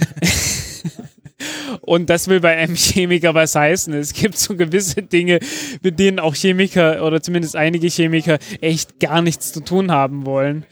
Und das will bei einem Chemiker was heißen. Es gibt so gewisse Dinge, mit denen auch Chemiker oder zumindest einige Chemiker echt gar nichts zu tun haben wollen.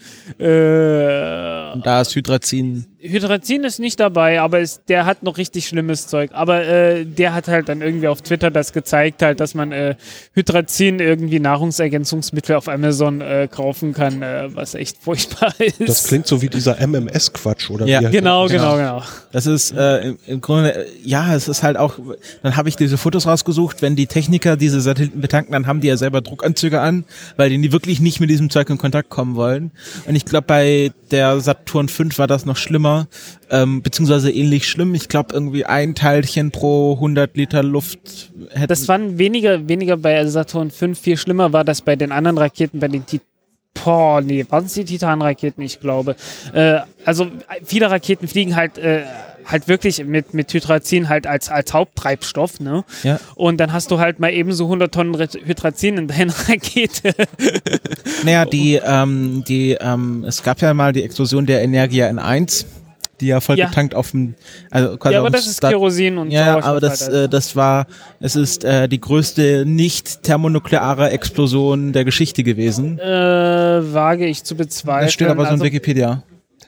Äh, Und da ist Hydrazin. Hydrazin ist nicht dabei, aber es, der hat noch richtig schlimmes Zeug. Aber äh, der hat halt dann irgendwie auf Twitter das gezeigt, halt, dass man äh, Hydrazin irgendwie Nahrungsergänzungsmittel auf Amazon äh, kaufen kann, äh, was echt furchtbar ist. Das klingt so wie dieser M M S-Quatsch, oder? Ja, wie heißt genau, der? genau, genau. Das ist äh, im, im Grunde, äh, ja, es ist halt auch, dann habe ich diese Fotos rausgesucht, wenn die Techniker diese Satelliten betanken, dann haben die ja selber Druckanzüge an, weil die wirklich nicht mit diesem Zeug in Kontakt kommen wollen. Und ich glaube, bei der Saturn fünf war das noch schlimmer, ähm, beziehungsweise ähnlich schlimm. Ich glaube, irgendwie ein Teilchen pro hundert Liter Luft hätte. Das waren weniger, weniger bei Saturn fünf, viel schlimmer war das bei den anderen Raketen, bei den Titan. Boah, nee, waren es die Titan-Raketen? Ich glaube. Äh, also viele Raketen fliegen halt äh, halt wirklich mit, mit Hydrazin halt als, als Haupttreibstoff, ne? Ja. Und dann hast du halt mal eben so hundert Tonnen Hydrazin in deiner Rakete. Naja, die, ähm, die, ähm, es gab ja mal die Explosion der Energia N eins, die ja voll Ja. getankt auf dem, also quasi Ja, aber auf dem das ist Start- Kerosin und Ja, Sauerstoff aber das, halt, also. äh, das war, es ist äh, die größte nicht thermonukleare Explosion der Geschichte gewesen. Äh, wage ich zu bezweifeln. Das steht aber so in Also, Wikipedia.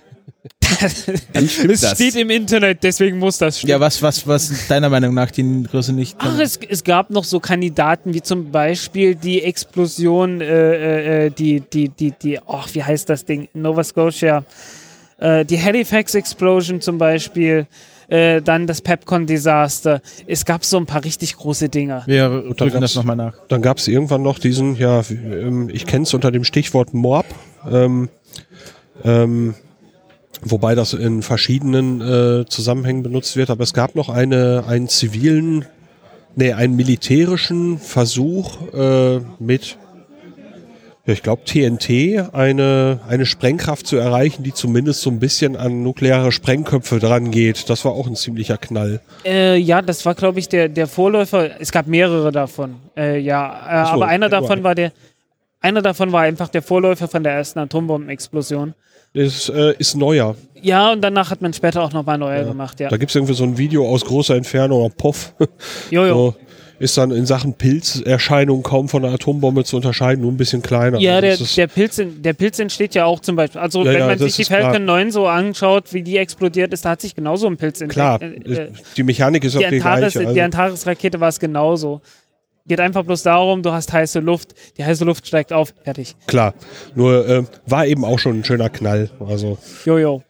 Dann stimmt es das. steht im Internet, deswegen muss das stehen. Ja, was, was, was ist deiner Meinung nach die Größe nicht? Ach, es, es gab noch so Kandidaten wie zum Beispiel die Explosion, äh, äh, die, die, die, die, ach, wie heißt das Ding? Nova Scotia. Äh, die Halifax Explosion zum Beispiel. Äh, dann das Pepcon-Desaster. Es gab so ein paar richtig große Dinger. Wir dann drücken das gab's- nochmal nach. Dann gab es irgendwann noch diesen, ja, wie, ähm, ich kenne es unter dem Stichwort Morb, ähm, ähm, wobei das in verschiedenen äh, Zusammenhängen benutzt wird, aber es gab noch eine, einen zivilen, nee, einen militärischen Versuch äh, mit, ja, ich glaube T N T, eine, eine Sprengkraft zu erreichen, die zumindest so ein bisschen an nukleare Sprengköpfe dran geht. Das war auch ein ziemlicher Knall. Äh, ja, das war, glaube ich, der, der Vorläufer. Es gab mehrere davon. Äh, ja, äh, so, aber einer nur davon ein. war der, einer davon war einfach der Vorläufer von der ersten Atombombenexplosion. Das äh, ist neuer. Ja, und danach hat man später auch nochmal neue gemacht, ja. Da gibt es irgendwie so ein Video aus großer Entfernung, puff. Jojo. So, ist dann in Sachen Pilzerscheinung kaum von einer Atombombe zu unterscheiden, nur ein bisschen kleiner. Ja, Also der, das ist- der, Pilz, der Pilz entsteht ja auch zum Beispiel. Also, Ja, wenn ja, man das sich die ist klar. Falcon neun so anschaut, wie die explodiert ist, da hat sich genauso ein Pilz entwickelt. klar, Äh, äh, die Mechanik ist auch die die Antares, gleiche. Also, die Antares-Rakete war es genauso. Geht einfach bloß darum, du hast heiße Luft, die heiße Luft steigt auf, fertig. klar, nur äh, war eben auch schon ein schöner Knall. Also Jojo.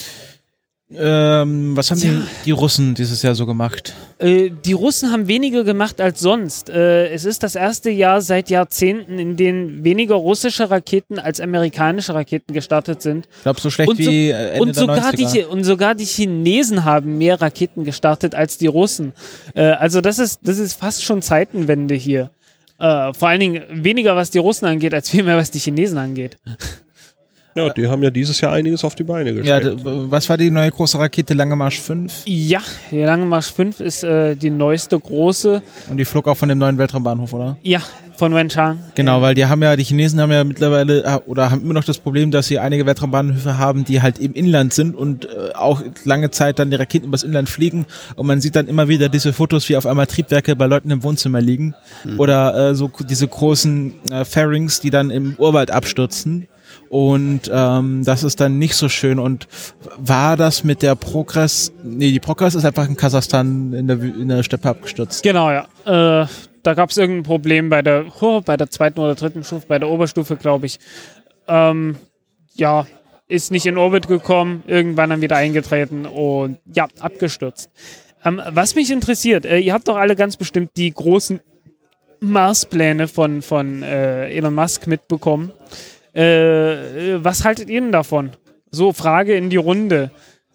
Ähm, was haben die, die Russen dieses Jahr so gemacht? Äh, die Russen haben weniger gemacht als sonst. Äh, es ist das erste Jahr seit Jahrzehnten, in dem weniger russische Raketen als amerikanische Raketen gestartet sind. Ich glaube, so schlecht Und, so, wie äh, Ende und, der sogar die, neunziger. Chi- und sogar die Chinesen haben mehr Raketen gestartet als die Russen. Äh, also das ist, das ist fast schon Zeitenwende hier. Äh, vor allen Dingen weniger, was die Russen angeht, als vielmehr, was die Chinesen angeht. ja, die haben ja dieses Jahr einiges auf die Beine Ja, gestellt. d- was war die neue große Rakete Lange Marsch fünf? Ja, die Lange Marsch fünf ist äh, die neueste große. Und die flog auch von dem neuen Weltraumbahnhof, oder? Ja, von Wenchang. Genau, weil die haben ja, die Chinesen haben ja mittlerweile äh, oder haben immer noch das Problem, dass sie einige Weltraumbahnhöfe haben, die halt im Inland sind und äh, auch lange Zeit dann die Raketen übers Inland fliegen und man sieht dann immer wieder diese Fotos, wie auf einmal Triebwerke bei Leuten im Wohnzimmer liegen oder äh, so k- diese großen äh, Fairings, die dann im Urwald abstürzen. Und ähm, das ist dann nicht so schön. Und war das mit der Progress, nee, die Progress ist einfach in Kasachstan in der, in der Steppe abgestürzt. Genau, ja. Äh, da gab es irgendein Problem bei der, oh, bei der zweiten oder dritten Stufe, bei der Oberstufe, glaube ich. Ähm, ja, ist nicht in Orbit gekommen, irgendwann dann wieder eingetreten und ja, abgestürzt. Ähm, was mich interessiert, äh, ihr habt doch alle ganz bestimmt die großen Marspläne von, von äh, Elon Musk mitbekommen. Äh, was haltet ihr denn davon? So, Frage in die Runde.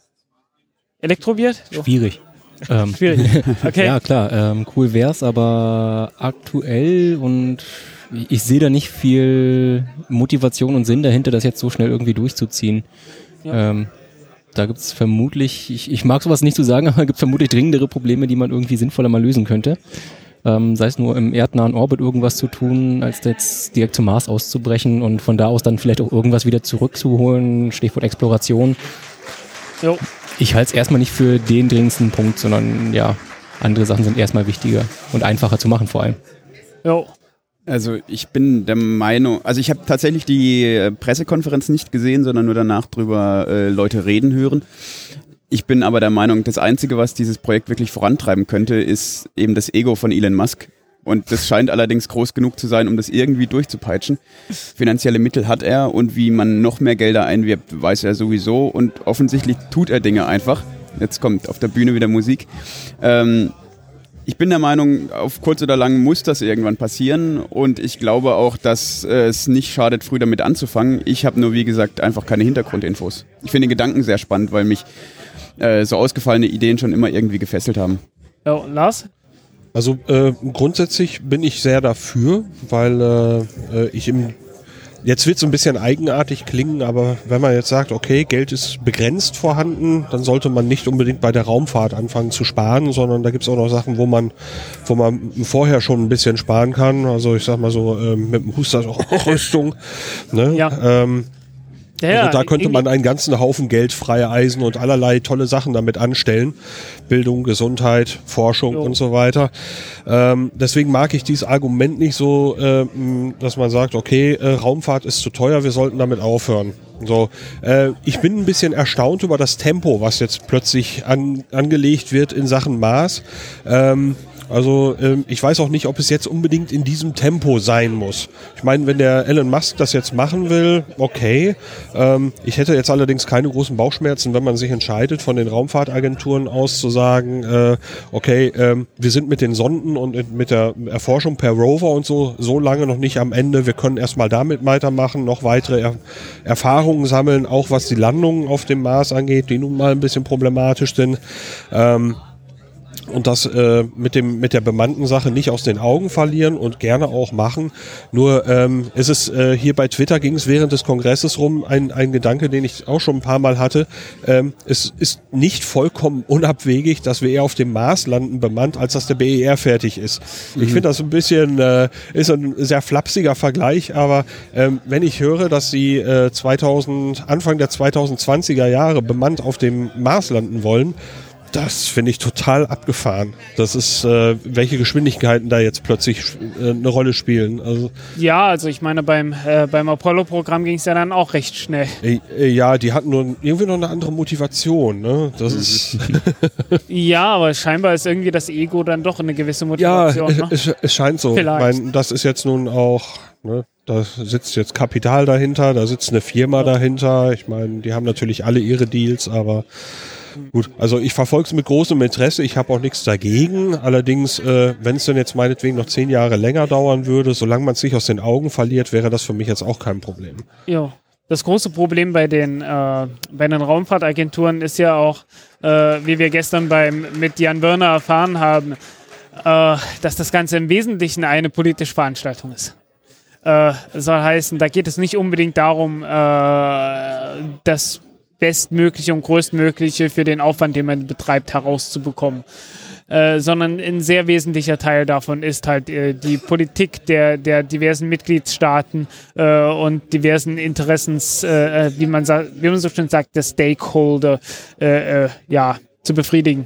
Elektrobiert? So. Schwierig. Ähm, Schwierig. Okay. Ja, klar, ähm, cool wär's, aber aktuell und ich sehe da nicht viel Motivation und Sinn dahinter, das jetzt so schnell irgendwie durchzuziehen. Ja. Ähm, da gibt's vermutlich, ich, ich mag sowas nicht zu sagen, aber gibt vermutlich dringendere Probleme, die man irgendwie sinnvoller mal lösen könnte. Ähm, sei es nur im erdnahen Orbit irgendwas zu tun, als jetzt direkt zum Mars auszubrechen und von da aus dann vielleicht auch irgendwas wieder zurückzuholen, Stichwort Exploration. Jo. Ich halte es erstmal nicht für den dringendsten Punkt, sondern ja, andere Sachen sind erstmal wichtiger und einfacher zu machen vor allem. Jo. Also ich bin der Meinung, also ich habe tatsächlich die äh, Pressekonferenz nicht gesehen, sondern nur danach drüber äh, Leute reden hören. Ich bin aber der Meinung, das Einzige, was dieses Projekt wirklich vorantreiben könnte, ist eben das Ego von Elon Musk. Und das scheint allerdings groß genug zu sein, um das irgendwie durchzupeitschen. Finanzielle Mittel hat er und wie man noch mehr Gelder einwirbt, weiß er sowieso. Und offensichtlich tut er Dinge einfach. Jetzt kommt auf der Bühne wieder Musik. Ähm, ich bin der Meinung, auf kurz oder lang muss das irgendwann passieren. Und ich glaube auch, dass äh, es nicht schadet, früh damit anzufangen. Ich habe nur, wie gesagt, einfach keine Hintergrundinfos. Ich finde den Gedanken sehr spannend, weil mich äh, so ausgefallene Ideen schon immer irgendwie gefesselt haben. Jo, Lars? Also äh, grundsätzlich bin ich sehr dafür, weil äh, ich im jetzt wird es ein bisschen eigenartig klingen, aber wenn man jetzt sagt, okay, Geld ist begrenzt vorhanden, dann sollte man nicht unbedingt bei der Raumfahrt anfangen zu sparen, sondern da gibt es auch noch Sachen, wo man wo man vorher schon ein bisschen sparen kann. Also ich sag mal so äh, mit dem Huster-Rüstung. Ne? Ja. Ähm, Ja, also da könnte man einen ganzen Haufen Geld, freie Eisen und allerlei tolle Sachen damit anstellen. Bildung, Gesundheit, Forschung Jo. und so weiter. Ähm, deswegen mag ich dieses Argument nicht so, äh, dass man sagt, okay, äh, Raumfahrt ist zu teuer, wir sollten damit aufhören. So, äh, ich bin ein bisschen erstaunt über das Tempo, was jetzt plötzlich an, angelegt wird in Sachen Mars. Ähm, Also ähm, ich weiß auch nicht, ob es jetzt unbedingt in diesem Tempo sein muss. Ich meine, wenn der Elon Musk das jetzt machen will, okay. Ähm, ich hätte jetzt allerdings keine großen Bauchschmerzen, wenn man sich entscheidet, von den Raumfahrtagenturen aus zu sagen, äh, okay, ähm, wir sind mit den Sonden und mit der Erforschung per Rover und so so lange noch nicht am Ende. Wir können erstmal damit weitermachen, noch weitere er- Erfahrungen sammeln, auch was die Landungen auf dem Mars angeht, die nun mal ein bisschen problematisch sind. Ähm, Und das äh, mit dem mit der bemannten Sache nicht aus den Augen verlieren und gerne auch machen. Nur ähm, ist es äh, hier bei Twitter ging es während des Kongresses rum, ein, ein Gedanke, den ich auch schon ein paar Mal hatte. Ähm, es ist nicht vollkommen unabwegig, dass wir eher auf dem Mars landen bemannt, als dass der B E R fertig ist. Mhm. Ich finde das ein bisschen, äh, ist ein sehr flapsiger Vergleich, aber ähm, wenn ich höre, dass sie äh, zweitausend, Anfang der zweitausendzwanziger Jahre bemannt auf dem Mars landen wollen, das finde ich total abgefahren. Das ist, äh, welche Geschwindigkeiten da jetzt plötzlich äh, eine Rolle spielen. Also, Ja, also ich meine, beim, äh, beim Apollo-Programm ging es ja dann auch recht schnell. äh, äh, ja, die hatten nur irgendwie noch eine andere Motivation. Ne? Das ist Ja, aber scheinbar ist irgendwie das Ego dann doch eine gewisse ja, Motivation. ne? es, es scheint so. Vielleicht. Ich meine, das ist jetzt nun auch, ne, da sitzt jetzt Kapital dahinter, da sitzt eine Firma dahinter. Ich meine, die haben natürlich alle ihre Deals, aber gut, also ich verfolge es mit großem Interesse, ich habe auch nichts dagegen, allerdings, äh, wenn es denn jetzt meinetwegen noch zehn Jahre länger dauern würde, solange man es nicht aus den Augen verliert, wäre das für mich jetzt auch kein Problem. Jo. Das große Problem bei den, äh, bei den Raumfahrtagenturen ist ja auch, äh, wie wir gestern beim, mit Jan Wörner erfahren haben, äh, dass das Ganze im Wesentlichen eine politische Veranstaltung ist. Äh, soll heißen, da geht es nicht unbedingt darum, äh, das Bestmögliche und Größtmögliche für den Aufwand, den man betreibt, herauszubekommen. Äh, sondern ein sehr wesentlicher Teil davon ist halt äh, die Politik der, der diversen Mitgliedstaaten äh, und diversen Interessens, äh, wie, man sa- wie man so schön sagt, der Stakeholder äh, äh, ja, zu befriedigen.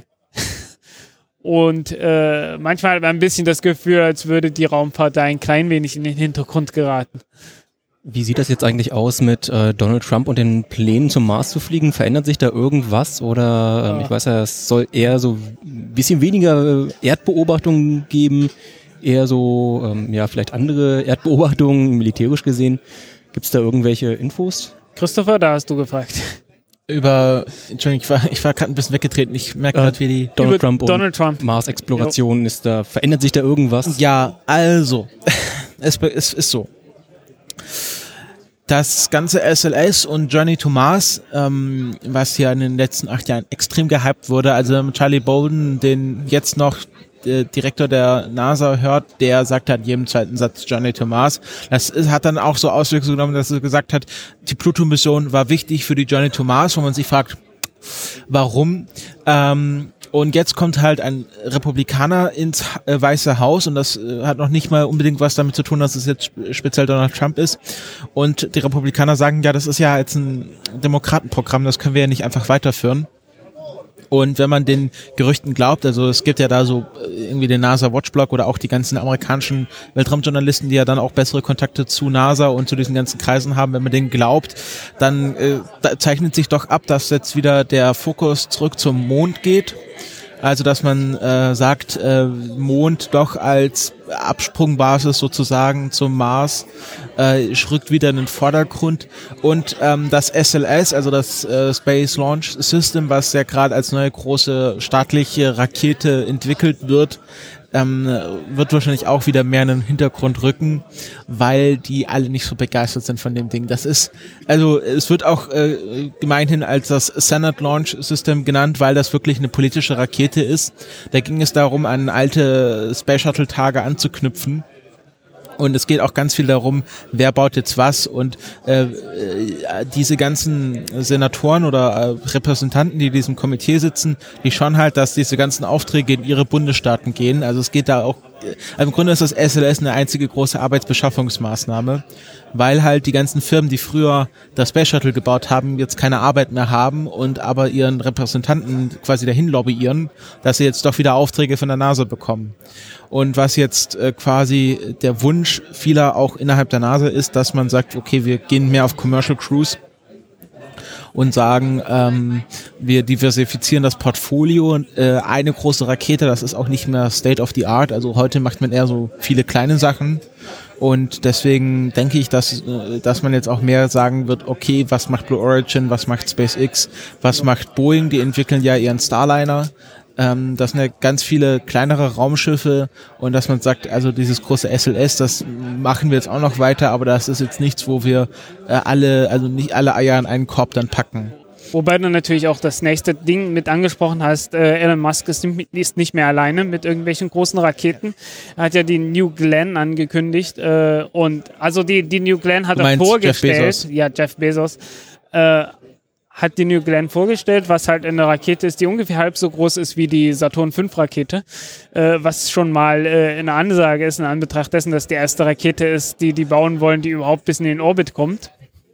Und äh, manchmal hat man ein bisschen das Gefühl, als würde die Raumfahrt da ein klein wenig in den Hintergrund geraten. Wie sieht das jetzt eigentlich aus mit äh, Donald Trump und den Plänen zum Mars zu fliegen? Verändert sich da irgendwas? Oder ähm, ich weiß ja, es soll eher so ein bisschen weniger Erdbeobachtungen geben, eher so, ähm, ja, vielleicht andere Erdbeobachtungen, militärisch gesehen. Gibt es da irgendwelche Infos? Christopher, da hast du gefragt. Über, Entschuldigung, ich war, ich war gerade ein bisschen weggetreten. Ich merke gerade, wie die... Donald Über Trump und Donald Trump. Mars-Exploration ist da, verändert sich da irgendwas? Ja, also, es, es ist so. Das ganze S L S und Journey to Mars, ähm, was ja in den letzten acht Jahren extrem gehypt wurde, also Charlie Bolden, den jetzt noch äh, Direktor der NASA hört, der sagt halt jedem zweiten Satz Journey to Mars. Das ist, hat dann auch so Auswirkungen genommen, dass er gesagt hat, die Pluto-Mission war wichtig für die Journey to Mars, wo man sich fragt, warum? Ähm, Und jetzt kommt halt ein Republikaner ins äh, Weiße Haus und das äh, hat noch nicht mal unbedingt was damit zu tun, dass es jetzt speziell Donald Trump ist. Und die Republikaner sagen, ja, das ist ja jetzt ein Demokratenprogramm, das können wir ja nicht einfach weiterführen. Und wenn man den Gerüchten glaubt, also es gibt ja da so irgendwie den NASA Watchblog oder auch die ganzen amerikanischen Weltraumjournalisten, die ja dann auch bessere Kontakte zu NASA und zu diesen ganzen Kreisen haben, wenn man denen glaubt, dann äh, da zeichnet sich doch ab, dass jetzt wieder der Fokus zurück zum Mond geht. Also dass man äh, sagt, äh, Mond doch als Absprungbasis sozusagen zum Mars äh, rückt wieder in den Vordergrund und ähm, das S L S, also das äh, Space Launch System, was ja gerade als neue große staatliche Rakete entwickelt wird, ähm, wird wahrscheinlich auch wieder mehr in den Hintergrund rücken, weil die alle nicht so begeistert sind von dem Ding. Das ist, also es wird auch äh, gemeinhin als das Senate Launch System genannt, weil das wirklich eine politische Rakete ist. Da ging es darum, an alte Space Shuttle Tage anzuknüpfen. Und es geht auch ganz viel darum, wer baut jetzt was und äh, diese ganzen Senatoren oder äh, Repräsentanten, die in diesem Komitee sitzen, die schauen halt, dass diese ganzen Aufträge in ihre Bundesstaaten gehen. Also es geht da auch, also im Grunde ist das S L S eine einzige große Arbeitsbeschaffungsmaßnahme, weil halt die ganzen Firmen, die früher das Space Shuttle gebaut haben, jetzt keine Arbeit mehr haben und aber ihren Repräsentanten quasi dahin lobbyieren, dass sie jetzt doch wieder Aufträge von der NASA bekommen. Und was jetzt äh, quasi der Wunsch vieler auch innerhalb der NASA ist, dass man sagt, okay, wir gehen mehr auf Commercial Cruise und sagen, ähm, wir diversifizieren das Portfolio. Äh, eine große Rakete, das ist auch nicht mehr State of the Art. Also heute macht man eher so viele kleine Sachen. Und deswegen denke ich, dass, äh, dass man jetzt auch mehr sagen wird, okay, was macht Blue Origin, was macht SpaceX, was macht Boeing? Die entwickeln ja ihren Starliner. Ähm, das sind ja ganz viele kleinere Raumschiffe und dass man sagt, also dieses große S L S, das machen wir jetzt auch noch weiter, aber das ist jetzt nichts, wo wir äh, alle, also nicht alle Eier in einen Korb dann packen. Wobei du natürlich auch das nächste Ding mit angesprochen hast, äh, Elon Musk ist, ist nicht mehr alleine mit irgendwelchen großen Raketen. Er hat ja die New Glenn angekündigt äh, und also die, die New Glenn hat er vorgestellt. Jeff Bezos. Ja, Jeff Bezos. Äh, hat die New Glenn vorgestellt, was halt eine Rakete ist, die ungefähr halb so groß ist wie die Saturn fünf Rakete, äh, was schon mal äh, eine Ansage ist, in Anbetracht dessen, dass die erste Rakete ist, die die bauen wollen, die überhaupt bis in den Orbit kommt.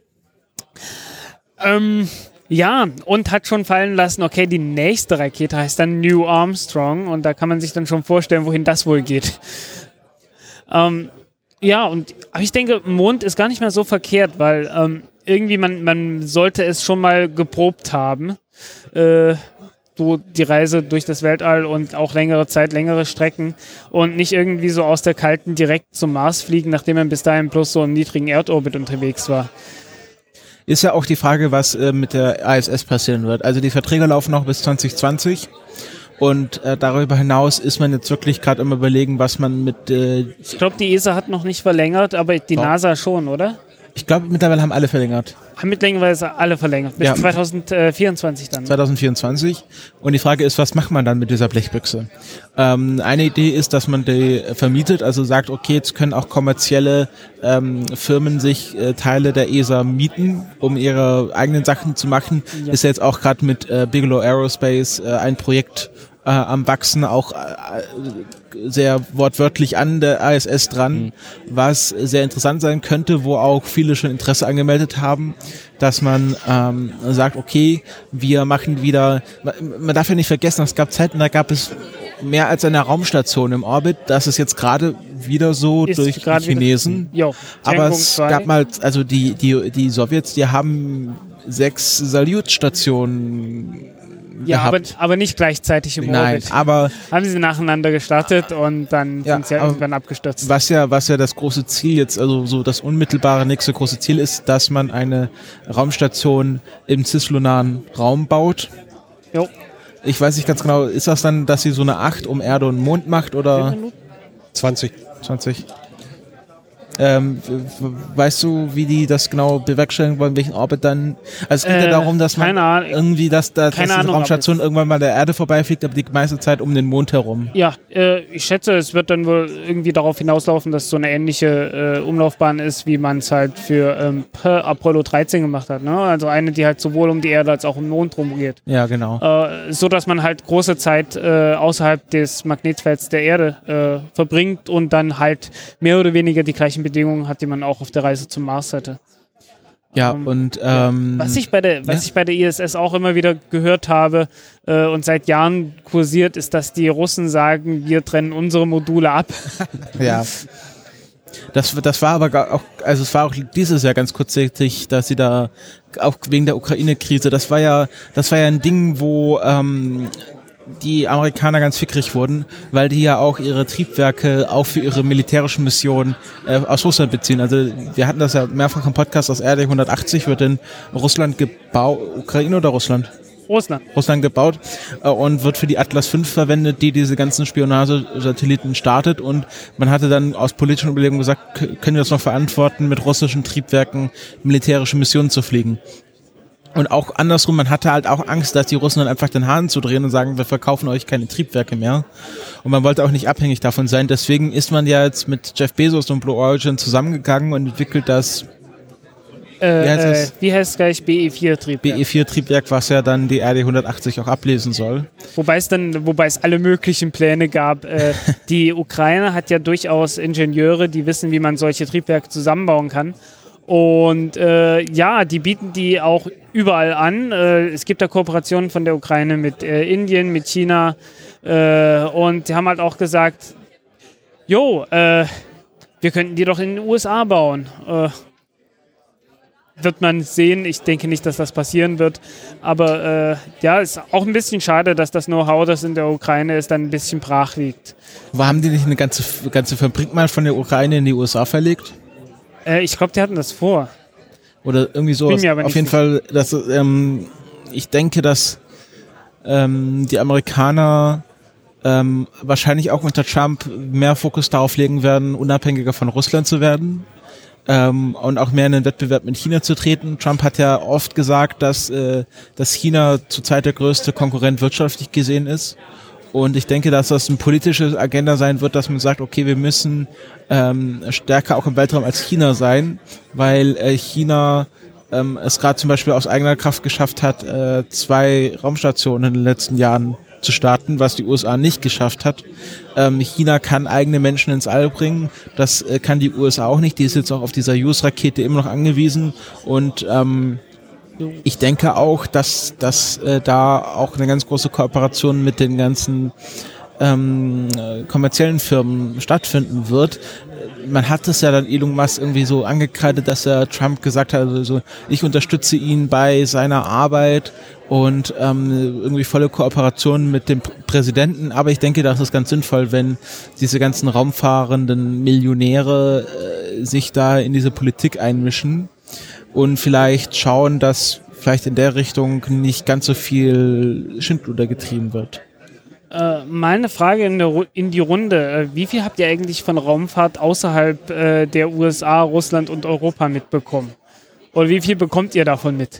Ähm, ja, und hat schon fallen lassen, okay, die nächste Rakete heißt dann New Armstrong und da kann man sich dann schon vorstellen, wohin das wohl geht. Ähm, ja, und aber ich denke, Mond ist gar nicht mehr so verkehrt, weil ähm, irgendwie, man, man sollte es schon mal geprobt haben, äh, so die Reise durch das Weltall und auch längere Zeit, längere Strecken und nicht irgendwie so aus der Kalten direkt zum Mars fliegen, nachdem man bis dahin bloß so im niedrigen Erdorbit unterwegs war. Ist ja auch die Frage, was äh, mit der I S S passieren wird. Also die Verträge laufen noch bis zwanzig zwanzig und äh, darüber hinaus ist man jetzt wirklich gerade im Überlegen, was man mit... Äh, ich glaube, die E S A hat noch nicht verlängert, aber die oh. NASA schon, oder? Ich glaube, mittlerweile haben alle verlängert. Haben mittlerweile alle verlängert. Bis ja. zwanzig vierundzwanzig dann. zwanzig vierundzwanzig. Und die Frage ist, was macht man dann mit dieser Blechbüchse? Ähm, eine Idee ist, dass man die vermietet, also sagt, okay, jetzt können auch kommerzielle ähm, Firmen sich äh, Teile der E S A mieten, um ihre eigenen Sachen zu machen. Ja. Ist ja jetzt auch gerade mit äh, Bigelow Aerospace äh, ein Projekt äh, am Wachsen, auch äh, sehr wortwörtlich an der I S S dran, mhm. was sehr interessant sein könnte, wo auch viele schon Interesse angemeldet haben, dass man ähm, sagt, okay, wir machen wieder, man darf ja nicht vergessen, es gab Zeiten, da gab es mehr als eine Raumstation im Orbit, das ist jetzt gerade wieder so Ist durch die gerade wieder- Chinesen. Jo, Aber Tiangong es zwei. gab mal, also die, die, die Sowjets, die haben sechs Salutstationen Ja, aber, gehabt. aber nicht gleichzeitig im Nein, Orbit. aber Haben sie nacheinander gestartet und dann Ja, sind sie ja aber irgendwann abgestürzt. was ja, was ja das große Ziel jetzt, also so das unmittelbare nächste große Ziel ist, dass man eine Raumstation im cislunaren Raum baut. Jo. Ich weiß nicht ganz genau, ist das dann, dass sie so eine acht um Erde und Mond macht oder zwanzig. zwanzig? Ähm, w- w- weißt du, wie die das genau bewerkstelligen wollen, welchen Orbit dann? Also es geht Äh, ja darum, dass man keine Ahnung. irgendwie, dass, da, dass Keine die Ahnung, Raumstation irgendwann mal der Erde vorbeifliegt, aber die meiste Zeit um den Mond herum. Ja, äh, ich schätze, es wird dann wohl irgendwie darauf hinauslaufen, dass es so eine ähnliche äh, Umlaufbahn ist, wie man es halt für ähm, per Apollo dreizehn gemacht hat. Ne? Also eine, die halt sowohl um die Erde als auch um den Mond rumgeht. Ja, genau. Äh, so dass man halt große Zeit äh, außerhalb des Magnetfelds der Erde äh, verbringt und dann halt mehr oder weniger die gleichen Bedingungen hat, die man auch auf der Reise zum Mars hatte. Ja, ähm, und ähm, Was ich bei der, was ja. ich bei der I S S auch immer wieder gehört habe äh, und seit Jahren kursiert, ist, dass die Russen sagen, wir trennen unsere Module ab. ja. Das, das war aber gar auch, also es war auch dieses Jahr ganz kurzfristig, dass sie da auch wegen der Ukraine-Krise, das war ja, das war ja ein Ding, wo ähm, die Amerikaner ganz fickrig wurden, weil die ja auch ihre Triebwerke auch für ihre militärischen Missionen äh, aus Russland beziehen. Also wir hatten das ja mehrfach im Podcast, das R D hundertachtzig wird in Russland gebaut, Ukraine oder Russland? Russland. Russland gebaut äh, und wird für die Atlas fünf verwendet, die diese ganzen Spionagesatelliten startet, und man hatte dann aus politischen Überlegungen gesagt, k- können wir das noch verantworten, mit russischen Triebwerken militärische Missionen zu fliegen. Und auch andersrum, man hatte halt auch Angst, dass die Russen dann einfach den Hahn zudrehen und sagen, wir verkaufen euch keine Triebwerke mehr. Und man wollte auch nicht abhängig davon sein. Deswegen ist man ja jetzt mit Jeff Bezos und Blue Origin zusammengegangen und entwickelt das Äh, Wie heißt äh, das? wie heißt es gleich? B E vier Triebwerk. B E vier Triebwerk, was ja dann die R D hundertachtzig auch ablesen soll. Wobei es dann, wobei es alle möglichen Pläne gab. Äh, die Ukraine hat ja durchaus Ingenieure, die wissen, wie man solche Triebwerke zusammenbauen kann. Und äh, ja, die bieten die auch überall an. Äh, es gibt da Kooperationen von der Ukraine mit äh, Indien, mit China. Äh, und die haben halt auch gesagt, jo, äh, wir könnten die doch in den U S A bauen. Äh, wird man sehen. Ich denke nicht, dass das passieren wird. Aber äh, ja, ist auch ein bisschen schade, dass das Know-how, das in der Ukraine ist, dann ein bisschen brach liegt. Aber haben die nicht eine ganze, ganze Fabrik mal von der Ukraine in die U S A verlegt? Äh, ich glaube, die hatten das vor. Oder irgendwie so. Bin mir aber Auf nicht jeden sicher. Fall, dass, ähm, ich denke, dass ähm, die Amerikaner ähm, wahrscheinlich auch unter Trump mehr Fokus darauf legen werden, unabhängiger von Russland zu werden. Ähm, und auch mehr in den Wettbewerb mit China zu treten. Trump hat ja oft gesagt, dass, äh, dass China zurzeit der größte Konkurrent wirtschaftlich gesehen ist. Und ich denke, dass das eine politische Agenda sein wird, dass man sagt, okay, wir müssen ähm, stärker auch im Weltraum als China sein, weil äh, China ähm, es gerade zum Beispiel aus eigener Kraft geschafft hat, äh, zwei Raumstationen in den letzten Jahren zu starten, was die U S A nicht geschafft hat. Ähm, China kann eigene Menschen ins All bringen, das äh, kann die U S A auch nicht, die ist jetzt auch auf dieser Soyuz-Rakete immer noch angewiesen, und ähm, ich denke auch, dass, dass äh, da auch eine ganz große Kooperation mit den ganzen ähm, äh, kommerziellen Firmen stattfinden wird. Man hat es ja dann Elon Musk irgendwie so angekreidet, dass er Trump gesagt hat, also so, ich unterstütze ihn bei seiner Arbeit und ähm, irgendwie volle Kooperation mit dem Pr- Präsidenten. Aber ich denke, das ist ganz sinnvoll, wenn diese ganzen raumfahrenden Millionäre äh, sich da in diese Politik einmischen und vielleicht schauen, dass vielleicht in der Richtung nicht ganz so viel Schindluder getrieben wird. Äh, mal eine Frage in, der, Ru- in die Runde. Äh, wie viel habt ihr eigentlich von Raumfahrt außerhalb äh, der U S A, Russland und Europa mitbekommen? Oder wie viel bekommt ihr davon mit?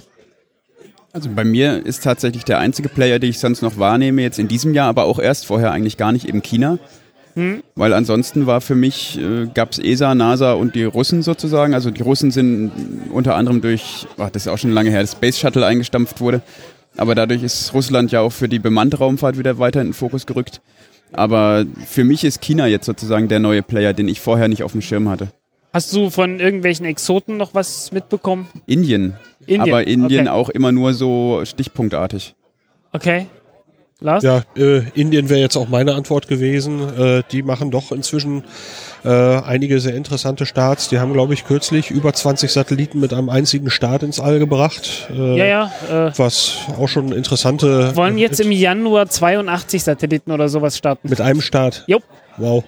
Also bei mir ist tatsächlich der einzige Player, den ich sonst noch wahrnehme, jetzt in diesem Jahr, aber auch erst vorher eigentlich gar nicht, eben China. Hm? Weil ansonsten war für mich, äh, gab es E S A, NASA und die Russen sozusagen. Also die Russen sind unter anderem durch, ach, das ist auch schon lange her, das Space Shuttle eingestampft wurde. Aber dadurch ist Russland ja auch für die bemannte Raumfahrt wieder weiter in den Fokus gerückt. Aber für mich ist China jetzt sozusagen der neue Player, den ich vorher nicht auf dem Schirm hatte. Hast du von irgendwelchen Exoten noch was mitbekommen? Indien. Indien, Aber Indien okay. auch immer nur so stichpunktartig. Okay. Lars? Ja, äh, Indien wäre jetzt auch meine Antwort gewesen. Äh, die machen doch inzwischen äh, einige sehr interessante Starts. Die haben, glaube ich, kürzlich über zwanzig Satelliten mit einem einzigen Start ins All gebracht. Äh, Ja, ja. Äh, Was auch schon interessante... wollen jetzt im Januar zweiundachtzig Satelliten oder sowas starten. Mit einem Start. Jo. Wow.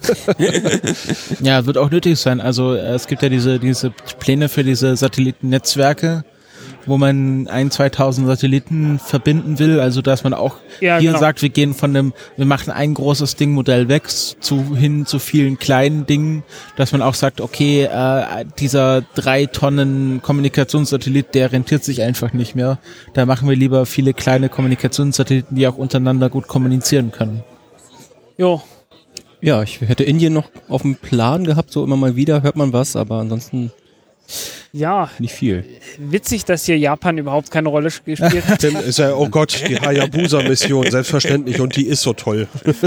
Ja, wird auch nötig sein. Also äh, es gibt ja diese, diese Pläne für diese Satellitennetzwerke, wo man ein, zweitausend Satelliten verbinden will. Also dass man auch Ja, hier genau. sagt, wir gehen von dem, wir machen ein großes Ding Modell weg zu hin zu vielen kleinen Dingen, dass man auch sagt, okay, äh, dieser drei Tonnen Kommunikationssatellit, der rentiert sich einfach nicht mehr. Da machen wir lieber viele kleine Kommunikationssatelliten, die auch untereinander gut kommunizieren können. Jo. Ja, ich hätte Indien noch auf dem Plan gehabt, so immer mal wieder hört man was, aber ansonsten Ja, nicht viel. witzig, dass hier Japan überhaupt keine Rolle gespielt hat. Dann ist ja, oh Gott, die Hayabusa-Mission, selbstverständlich, und die ist so toll.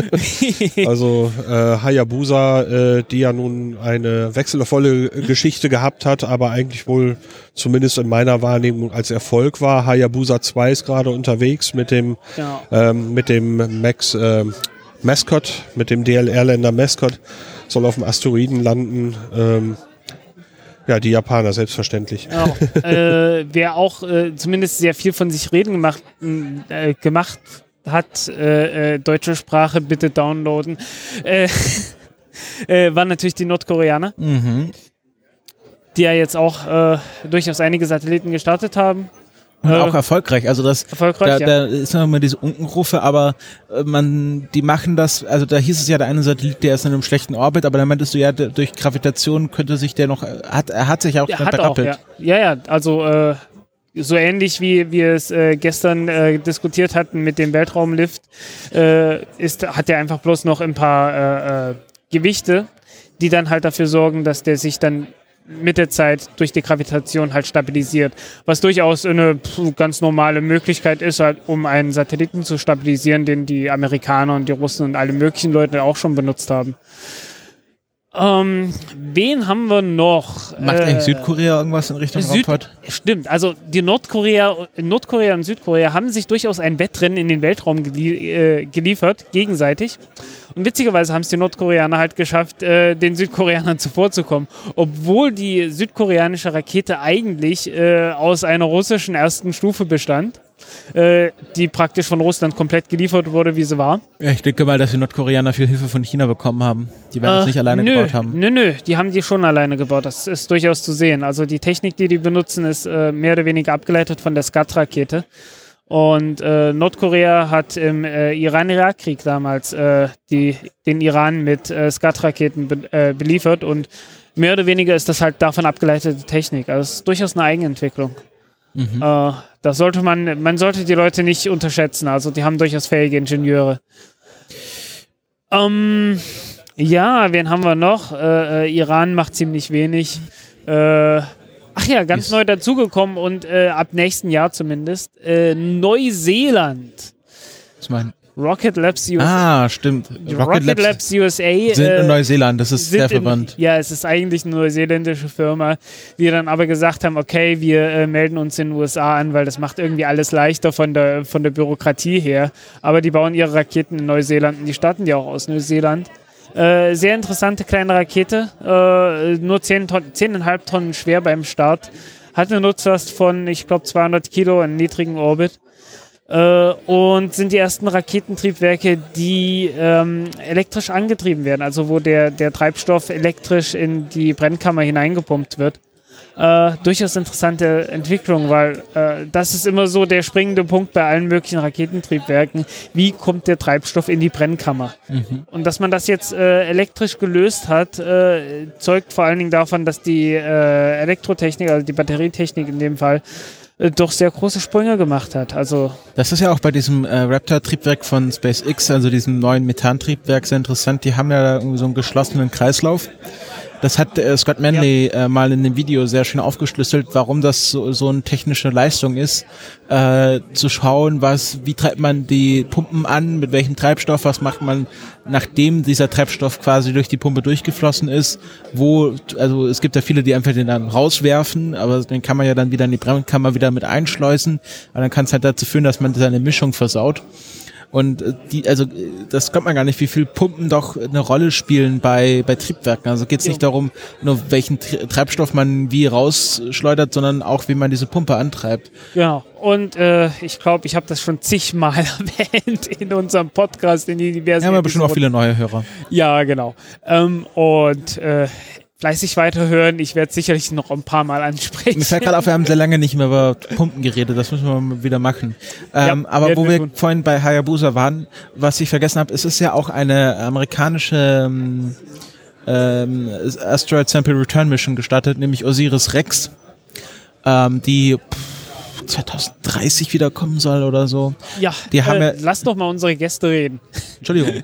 Also äh, Hayabusa, äh, die ja nun eine wechselvolle Geschichte gehabt hat, aber eigentlich wohl zumindest in meiner Wahrnehmung als Erfolg war. Hayabusa zwei ist gerade unterwegs mit dem, Ja. ähm, mit dem Max äh, Mascot, mit dem D L R-Länder Mascot, soll auf dem Asteroiden landen. Ähm, Ja, die Japaner, selbstverständlich. Ja, äh, wer auch äh, zumindest sehr viel von sich reden gemacht, äh, gemacht hat, äh, äh, deutsche Sprache bitte downloaden, äh, äh, waren natürlich die Nordkoreaner, Mhm. die ja jetzt auch äh, durchaus einige Satelliten gestartet haben. Und Äh, auch erfolgreich. Also das, erfolgreich, da, ja. da ist noch immer diese Unkenrufe, aber äh, man, die machen das, also da hieß es ja, der eine Satellit, der ist in einem schlechten Orbit, aber dann meintest du ja, d- durch Gravitation könnte sich der noch, hat, er hat sich auch Der hat auch, berappelt. ja. Ja, ja, also äh, so ähnlich wie wir es äh, gestern äh, diskutiert hatten mit dem Weltraumlift, äh, ist, hat er einfach bloß noch ein paar äh, äh, Gewichte, die dann halt dafür sorgen, dass der sich dann mit der Zeit durch die Gravitation halt stabilisiert. Was durchaus eine pf, ganz normale Möglichkeit ist, halt, um einen Satelliten zu stabilisieren, den die Amerikaner und die Russen und alle möglichen Leute auch schon benutzt haben. Ähm, wen haben wir noch? Macht Äh, eigentlich Südkorea irgendwas in Richtung Süd Raumfahrt? Stimmt, also die Nordkorea, Nordkorea und Südkorea haben sich durchaus ein Wettrennen in den Weltraum gelie äh, geliefert, gegenseitig. Und witzigerweise haben es die Nordkoreaner halt geschafft, äh, den Südkoreanern zuvorzukommen. Obwohl die südkoreanische Rakete eigentlich äh, aus einer russischen ersten Stufe bestand, äh, die praktisch von Russland komplett geliefert wurde, wie sie war. Ja, ich denke mal, dass die Nordkoreaner viel Hilfe von China bekommen haben. Die werden es Äh, nicht alleine nö, gebaut haben. Nö, nö, die haben die schon alleine gebaut. Das ist durchaus zu sehen. Also die Technik, die die benutzen, ist äh, mehr oder weniger abgeleitet von der Scud-Rakete. Und äh, Nordkorea hat im äh, Iran-Irak-Krieg damals äh, die, den Iran mit äh, Scud-Raketen be äh, beliefert. Und mehr oder weniger ist das halt davon abgeleitete Technik. Also es ist durchaus eine Eigenentwicklung. Mhm. Äh, das sollte man, man sollte die Leute nicht unterschätzen. Also die haben durchaus fähige Ingenieure. Ähm, ja, wen haben wir noch? Äh, äh, Iran macht ziemlich wenig. Äh, ach ja, ganz Ist- neu dazugekommen und äh, ab nächsten Jahr zumindest. Äh, Neuseeland. Was mein, Rocket Labs U S A. ah, stimmt. Rocket, Labs, U S A. sind äh, in Neuseeland, das ist sind sehr in- verwandt. Ja, es ist eigentlich eine neuseeländische Firma, die dann aber gesagt haben, okay, wir äh, melden uns in den U S A an, weil das macht irgendwie alles leichter von der, von der Bürokratie her. Aber die bauen ihre Raketen in Neuseeland und die starten die auch aus Neuseeland. Äh, sehr interessante kleine Rakete, äh, nur zehn Tonnen, zehn Komma fünf Tonnen schwer beim Start. Hat eine Nutzlast von, ich glaube, zweihundert Kilo in niedrigen Orbit. Äh, und sind die ersten Raketentriebwerke, die ähm, elektrisch angetrieben werden, also wo der, der Treibstoff elektrisch in die Brennkammer hineingepumpt wird. Äh, durchaus interessante Entwicklung, weil äh, das ist immer so der springende Punkt bei allen möglichen Raketentriebwerken. Wie kommt der Treibstoff in die Brennkammer? Mhm. Und dass man das jetzt äh, elektrisch gelöst hat, äh, zeugt vor allen Dingen davon, dass die äh, Elektrotechnik, also die Batterietechnik in dem Fall, äh, doch sehr große Sprünge gemacht hat. Also Das ist ja auch bei diesem äh, Raptor-Triebwerk von SpaceX, also diesem neuen Methantriebwerk, sehr interessant. Die haben ja da irgendwie so einen geschlossenen Kreislauf. Das hat äh, Scott Manley äh, mal in dem Video sehr schön aufgeschlüsselt, warum das so, so eine technische Leistung ist, äh, zu schauen, was, wie treibt man die Pumpen an, mit welchem Treibstoff, was macht man, nachdem dieser Treibstoff quasi durch die Pumpe durchgeflossen ist, wo, also es gibt ja viele, die einfach den dann rauswerfen, aber den kann man ja dann wieder in die Brennkammer wieder mit einschleusen, aber dann kann es halt dazu führen, dass man seine Mischung versaut. Und äh, die, also äh, das kommt man gar nicht, wie viel Pumpen doch eine Rolle spielen bei, bei Triebwerken. Also geht es nicht darum, nur welchen Tri- Treibstoff man wie rausschleudert, sondern auch, wie man diese Pumpe antreibt. Genau. Und äh, ich glaube, ich habe das schon zigmal erwähnt in unserem Podcast, in die diversen Ja, aber bestimmt auch Episoden. viele neue Hörer. Ja, genau. Ähm, und äh, fleißig weiterhören. Ich werde sicherlich noch ein paar Mal ansprechen. Mir fällt gerade auf, wir haben sehr lange nicht mehr über Pumpen geredet, das müssen wir mal wieder machen. Ähm, Ja, aber werden wo wir wir tun. vorhin bei Hayabusa waren, was ich vergessen habe, es ist ja auch eine amerikanische ähm, ähm, Asteroid Sample Return Mission gestartet, nämlich Osiris Rex, ähm, die pff, zwanzig dreißig wiederkommen soll oder so. Ja, Die haben äh, ja- lass doch mal unsere Gäste reden. Entschuldigung.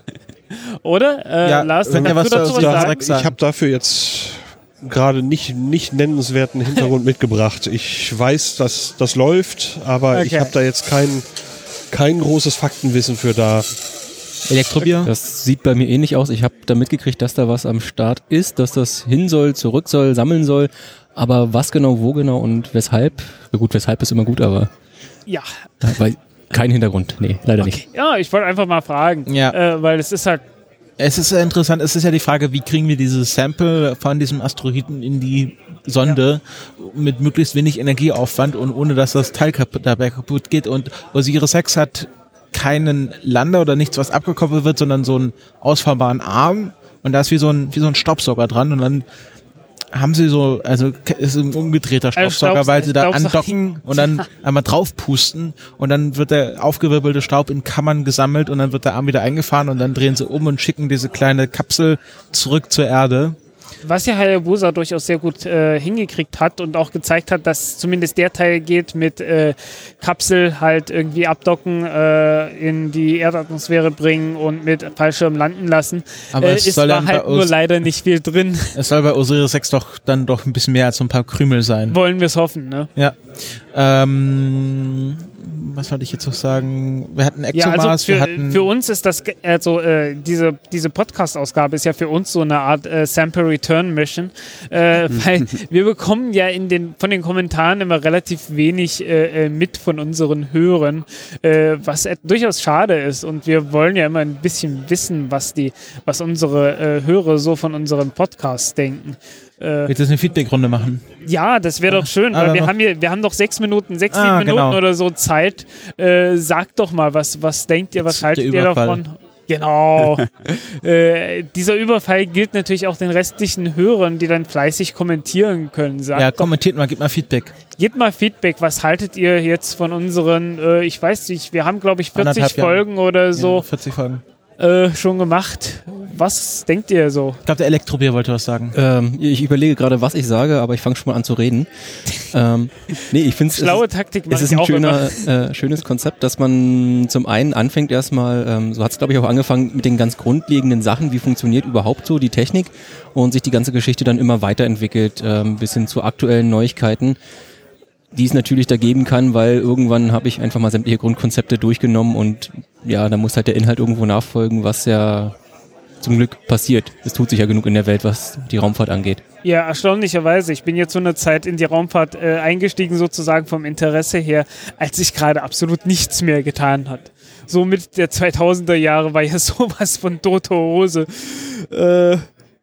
Oder? Äh, Ja, Lars, könnt ihr kannst was du dazu zu was Osiris sagen? Rex sagen? Ich habe dafür jetzt gerade nicht, nicht nennenswerten Hintergrund mitgebracht. Ich weiß, dass das läuft, aber ich Okay. habe da jetzt kein, kein großes Faktenwissen für da. Elektrobier? Das sieht bei mir ähnlich aus. Ich habe da mitgekriegt, dass da was am Start ist, dass das hin soll, zurück soll, sammeln soll. Aber was genau, wo genau und weshalb? Na gut, weshalb ist immer gut, aber Ja. weil kein Hintergrund. Nee, leider nicht. Ja, ich wollte einfach mal fragen. Ja. Äh, weil es ist halt, Es ist sehr interessant, es ist ja die Frage, wie kriegen wir dieses Sample von diesem Asteroiden in die Sonde mit möglichst wenig Energieaufwand und ohne, dass das Teil kaputt, dabei kaputt geht. Und Osiris Rex hat keinen Lander oder nichts, was abgekoppelt wird, sondern so einen ausfahrbaren Arm und da ist wie so ein, wie so ein Staubsauger dran und dann haben sie so, also ist ein umgedrehter Also Staubsauger, Staubs- weil sie da Staubsauger. andocken und dann einmal draufpusten und dann wird der aufgewirbelte Staub in Kammern gesammelt und dann wird der Arm wieder eingefahren und dann drehen sie um und schicken diese kleine Kapsel zurück zur Erde. was ja Hayabusa durchaus sehr gut äh, hingekriegt hat und auch gezeigt hat, dass zumindest der Teil geht mit äh, Kapsel halt irgendwie abdocken, äh, in die Erdatmosphäre bringen und mit Fallschirm landen lassen. Aber äh, es ist soll war dann halt bei nur uns- leider nicht viel drin. Es soll bei Osiris Rex doch dann doch ein bisschen mehr als so ein paar Krümel sein. Wollen wir es hoffen, ne? Ja. Ähm, was wollte ich jetzt noch sagen? Wir hatten Ja, ExoMars, also wir für, hatten... für uns ist das, ge- also äh, diese, diese Podcast-Ausgabe ist ja für uns so eine Art äh, Sample-Return-Mission, äh, weil wir bekommen ja in den, von den Kommentaren immer relativ wenig äh, äh, mit von unseren Hörern, äh, was et- durchaus schade ist und wir wollen ja immer ein bisschen wissen, was die, was unsere äh, Hörer so von unserem Podcast denken. Äh, Willst du eine Feedback-Runde machen? ja, das wäre doch schön, Ah, weil dann wir noch- haben hier, wir haben doch sechs Minuten, sechs, Ah, sieben Minuten genau. oder so Zeit. Äh, sagt doch mal, was, was denkt ihr, was Der haltet ihr Überfall. davon? Genau. äh, dieser Überfall gilt natürlich auch den restlichen Hörern, die dann fleißig kommentieren können. Sagt Ja, doch, kommentiert mal, gebt mal Feedback. gebt mal Feedback, was haltet ihr jetzt von unseren, äh, ich weiß nicht, wir haben glaube ich vierzig Anderthalb Jahren. Folgen oder Ja, so vierzig Folgen. äh, schon gemacht. Was denkt ihr so? Ich glaube, der Elektrobier wollte was sagen. Ähm, ich überlege gerade, was ich sage, aber ich fange schon mal an zu reden. ähm, nee, ich finde Schlaue Taktik Es mache ist ich ein auch immer. schöner, äh, schönes Konzept, dass man zum einen anfängt erstmal, ähm, so hat es glaube ich auch angefangen mit den ganz grundlegenden Sachen, wie funktioniert überhaupt so die Technik und sich die ganze Geschichte dann immer weiterentwickelt, ähm, bis hin zu aktuellen Neuigkeiten, die es natürlich da geben kann, weil irgendwann habe ich einfach mal sämtliche Grundkonzepte durchgenommen und ja, da muss halt der Inhalt irgendwo nachfolgen, was ja zum Glück passiert. Es tut sich ja genug in der Welt, was die Raumfahrt angeht. Ja, erstaunlicherweise. Ich bin jetzt so eine Zeit in die Raumfahrt äh, eingestiegen, sozusagen vom Interesse her, als sich gerade absolut nichts mehr getan hat. So mit der zweitausender Jahre war ja sowas von tote Hose. Äh,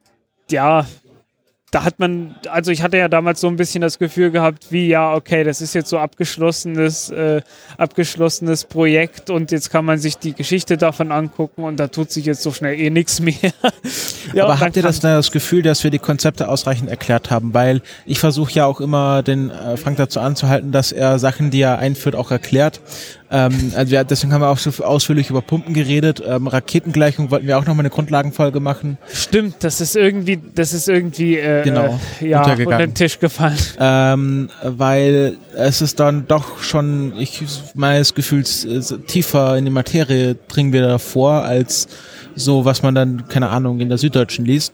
ja, da hat man, also ich hatte ja damals so ein bisschen das Gefühl gehabt, wie ja, okay, das ist jetzt so abgeschlossenes, äh, abgeschlossenes Projekt und jetzt kann man sich die Geschichte davon angucken und da tut sich jetzt so schnell eh nichts mehr. ja, Aber und habt ihr dann das, das Gefühl, dass wir die Konzepte ausreichend erklärt haben? Weil ich versuche ja auch immer, den äh, Frank dazu anzuhalten, dass er Sachen, die er einführt, auch erklärt. Ähm, also wir, deswegen haben wir auch so ausführlich über Pumpen geredet. Ähm, Raketengleichung wollten wir auch nochmal eine Grundlagenfolge machen. Stimmt, das ist irgendwie, das ist irgendwie äh, Genau, äh, ja, untergegangen. unter den Tisch gefallen. Ähm, weil es ist dann doch schon, ich meines Gefühls, äh, tiefer in die Materie dringen wir davor, als so, was man dann, keine Ahnung, in der Süddeutschen liest.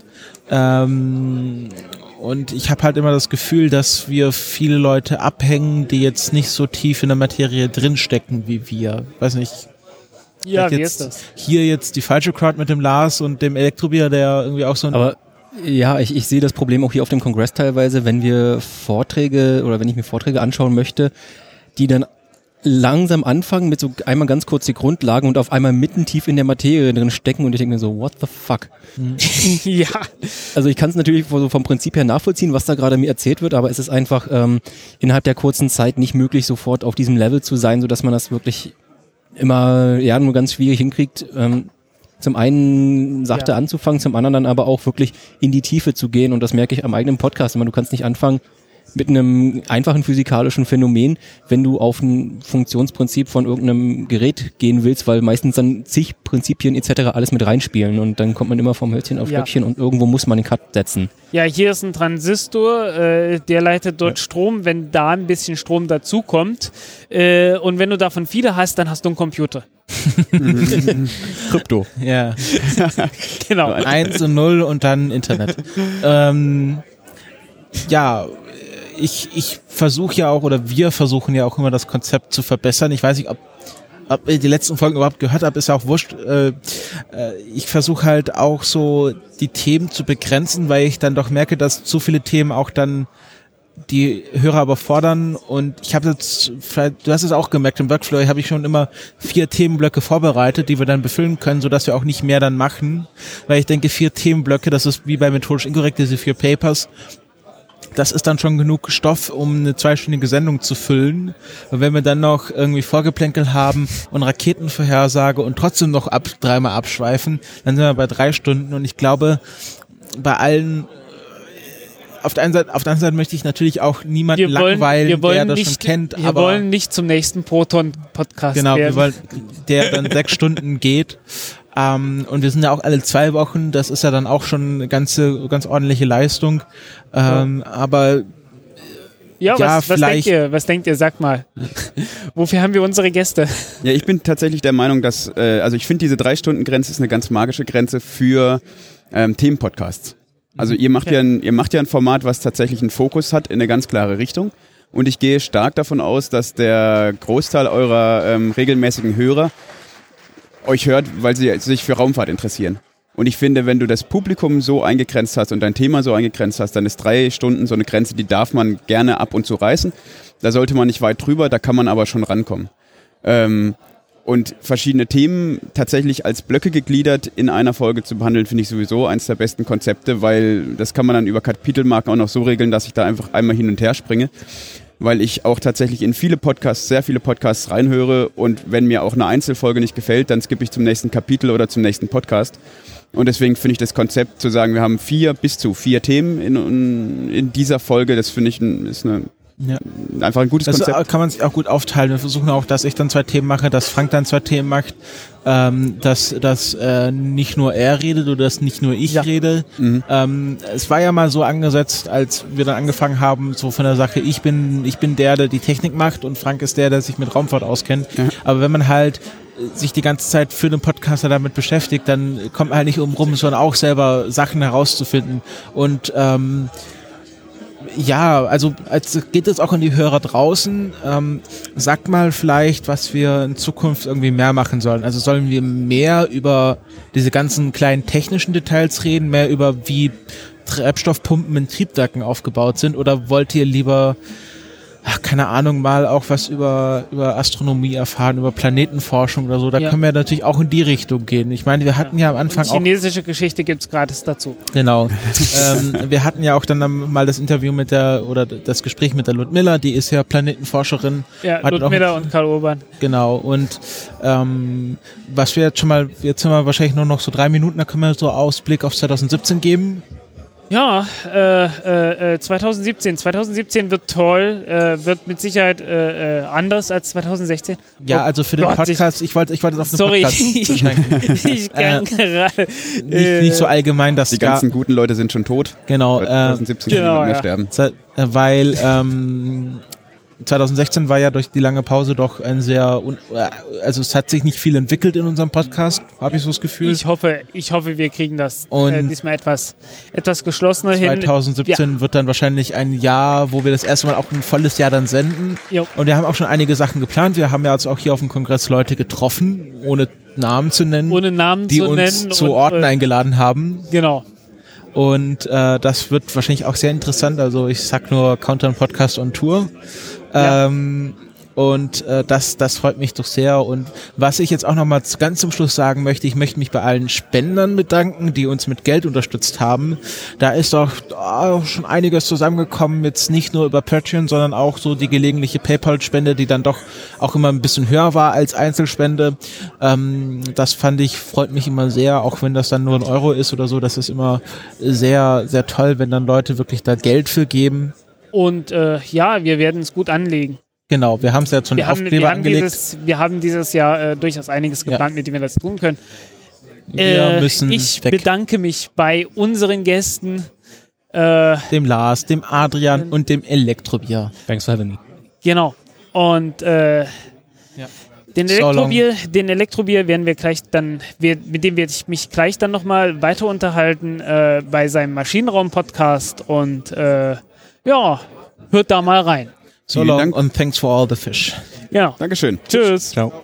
Ähm, und ich habe halt immer das Gefühl, dass wir viele Leute abhängen, die jetzt nicht so tief in der Materie drinstecken wie wir. Weiß nicht. Ja, vielleicht wie jetzt ist das? Hier jetzt die falsche Crowd mit dem Lars und dem Elektrobier, der irgendwie auch so ein... Aber ja, ich, ich sehe das Problem auch hier auf dem Kongress teilweise, wenn wir Vorträge oder wenn ich mir Vorträge anschauen möchte, die dann langsam anfangen mit so einmal ganz kurz die Grundlagen und auf einmal mitten tief in der Materie drin stecken und ich denke mir so, what the fuck? Ja. Also ich kann es natürlich so vom Prinzip her nachvollziehen, was da gerade mir erzählt wird, aber es ist einfach ähm, innerhalb der kurzen Zeit nicht möglich, sofort auf diesem Level zu sein, sodass man das wirklich immer ja nur ganz schwierig hinkriegt, ähm, zum einen sachte Ja. anzufangen, zum anderen dann aber auch wirklich in die Tiefe zu gehen und das merke ich am eigenen Podcast immer. Du kannst nicht anfangen mit einem einfachen physikalischen Phänomen, wenn du auf ein Funktionsprinzip von irgendeinem Gerät gehen willst, weil meistens dann zig Prinzipien et cetera alles mit reinspielen und dann kommt man immer vom Hölzchen auf Ja. Stöckchen und irgendwo muss man den Cut setzen. Ja, hier ist ein Transistor, äh, der leitet dort Strom, wenn da ein bisschen Strom dazukommt. Äh, und wenn du davon viele hast, dann hast du einen Computer. Krypto. Ja. Genau. Eins und null und dann Internet. ähm, ja, ich, ich versuche ja auch, oder wir versuchen ja auch immer das Konzept zu verbessern. Ich weiß nicht, ob, ob ihr die letzten Folgen überhaupt gehört habt, ist ja auch wurscht. Äh, äh, ich versuche halt auch so die Themen zu begrenzen, weil ich dann doch merke, dass zu viele Themen auch dann die Hörer überfordern und ich habe jetzt, du hast es auch gemerkt, im Workflow habe ich schon immer vier Themenblöcke vorbereitet, die wir dann befüllen können, sodass wir auch nicht mehr dann machen, weil ich denke, vier Themenblöcke, das ist wie bei Methodisch Inkorrekt, diese vier Papers, das ist dann schon genug Stoff, um eine zweistündige Sendung zu füllen. Und wenn wir dann noch irgendwie Vorgeplänkel haben und Raketenvorhersage und trotzdem noch ab, dreimal abschweifen, dann sind wir bei drei Stunden. Und ich glaube, bei allen, auf der einen Seite, auf der anderen Seite möchte ich natürlich auch niemanden Wir wollen, langweilen, wir wollen der das nicht, schon kennt. Wir aber wollen nicht zum nächsten Proton-Podcast genau, wir werden. wollen, der dann sechs Stunden geht. Ähm, und wir sind ja auch alle zwei Wochen, das ist ja dann auch schon eine ganze, ganz ordentliche Leistung. Ähm, ja. Aber ja, ja, was, was denkt ihr? Was denkt ihr? Sag mal. Wofür haben wir unsere Gäste? Ja, ich bin tatsächlich der Meinung, dass, äh, also ich finde diese Drei-Stunden-Grenze ist eine ganz magische Grenze für ähm, Themenpodcasts. Also ihr macht, okay. ja ein, ihr macht ja ein Format, was tatsächlich einen Fokus hat in eine ganz klare Richtung. Und ich gehe stark davon aus, dass der Großteil eurer ähm, regelmäßigen Hörer euch hört, weil sie sich für Raumfahrt interessieren. Und ich finde, wenn du das Publikum so eingegrenzt hast und dein Thema so eingegrenzt hast, dann ist drei Stunden so eine Grenze, die darf man gerne ab und zu reißen. Da sollte man nicht weit drüber, da kann man aber schon rankommen. Ähm, und verschiedene Themen tatsächlich als Blöcke gegliedert in einer Folge zu behandeln, finde ich sowieso eins der besten Konzepte, weil das kann man dann über Kapitelmarken auch noch so regeln, dass ich da einfach einmal hin und her springe. Weil ich auch tatsächlich in viele Podcasts, sehr viele Podcasts reinhöre und wenn mir auch eine Einzelfolge nicht gefällt, dann skippe ich zum nächsten Kapitel oder zum nächsten Podcast. Und deswegen finde ich das Konzept zu sagen, wir haben vier bis zu vier Themen in, in dieser Folge, das finde ich ein, ist eine, ja. einfach ein gutes also Konzept. Kann man sich auch gut aufteilen. Wir versuchen auch, dass ich dann zwei Themen mache, dass Frank dann zwei Themen macht, ähm, dass, dass äh, nicht nur er redet oder dass nicht nur ich ja. rede. Mhm. Ähm, es war ja mal so angesetzt, als wir dann angefangen haben, so von der Sache, ich bin, ich bin der, der die Technik macht und Frank ist der, der sich mit Raumfahrt auskennt. Ja. Aber wenn man halt sich die ganze Zeit für den Podcaster damit beschäftigt, dann kommt man halt nicht um rum, sondern auch selber Sachen herauszufinden. Und ähm, ja, also als geht es auch an die Hörer draußen. Ähm, sagt mal vielleicht, was wir in Zukunft irgendwie mehr machen sollen. Also sollen wir mehr über diese ganzen kleinen technischen Details reden, mehr über wie Treibstoffpumpen in Triebwerken aufgebaut sind, oder wollt ihr lieber, ach, keine Ahnung, mal auch was über, über Astronomie erfahren, über Planetenforschung oder so? Da ja. können wir natürlich auch in die Richtung gehen. Ich meine, wir hatten ja, ja am Anfang auch... Chinesische Geschichte gibt's gratis dazu. Genau. ähm, wir hatten ja auch dann mal das Interview mit der, oder das Gespräch mit der Ludmilla, die ist ja Planetenforscherin. Ja, Ludmilla und Karl Urban. Genau. Und ähm, was wir jetzt schon mal, jetzt haben wir wahrscheinlich nur noch so drei Minuten, da können wir so Ausblick auf zwanzig siebzehn geben. Ja, äh, äh, zwanzig siebzehn. zwanzig siebzehn wird toll, äh, wird mit Sicherheit äh, äh, anders als zwanzig sechzehn. Ja, oh also für den Gott, Podcast, ich wollte ich wollte das auf den sorry, Podcast beschränken. ich kann äh, gerade... Nicht, nicht so allgemein, dass... Die ganzen gar, guten Leute sind schon tot. Genau. zwanzig siebzehn äh, genau, mehr ja. sterben. Weil... Ähm, zwanzig sechzehn war ja durch die lange Pause doch ein sehr, also es hat sich nicht viel entwickelt in unserem Podcast, habe ich so das Gefühl. Ich hoffe, ich hoffe, wir kriegen das und äh, diesmal etwas, etwas geschlossener hin. zwanzig siebzehn ja. wird dann wahrscheinlich ein Jahr, wo wir das erste Mal auch ein volles Jahr dann senden. Jo. Und wir haben auch schon einige Sachen geplant. Wir haben ja also auch hier auf dem Kongress Leute getroffen, ohne Namen zu nennen, ohne Namen die zu uns nennen zu und, Orten äh, eingeladen haben. Genau. Und äh, das wird wahrscheinlich auch sehr interessant. Also ich sag nur Countdown Podcast on Tour. Ja. Ähm, Und äh, das, das freut mich doch sehr. Und was ich jetzt auch noch mal ganz zum Schluss sagen möchte, ich möchte mich bei allen Spendern bedanken, die uns mit Geld unterstützt haben. Da ist doch oh, schon einiges zusammengekommen, jetzt nicht nur über Patreon, sondern auch so die gelegentliche PayPal-Spende, die dann doch auch immer ein bisschen höher war als Einzelspende. Ähm, das fand ich, freut mich immer sehr, auch wenn das dann nur ein Euro ist oder so. Das ist immer sehr, sehr toll, wenn dann Leute wirklich da Geld für geben. Und äh, ja, wir werden es gut anlegen. Genau, wir haben es ja zu einem Aufkleber wir haben angelegt. Dieses, wir haben dieses Jahr äh, durchaus einiges geplant, ja. mit dem wir das tun können. Wir äh, müssen ich weg. bedanke mich bei unseren Gästen. Äh, dem Lars, dem Adrian und dem Elektrobier. Thanks for having me. Genau. Und äh, ja. den, So Elektrobier, den Elektrobier werden wir gleich dann, wir, mit dem werde ich mich gleich dann nochmal weiter unterhalten äh, bei seinem Maschinenraum-Podcast. Und äh, ja, hört da mal rein. So long and thanks for all the fish. Ja. Dankeschön. Tschüss. Ciao.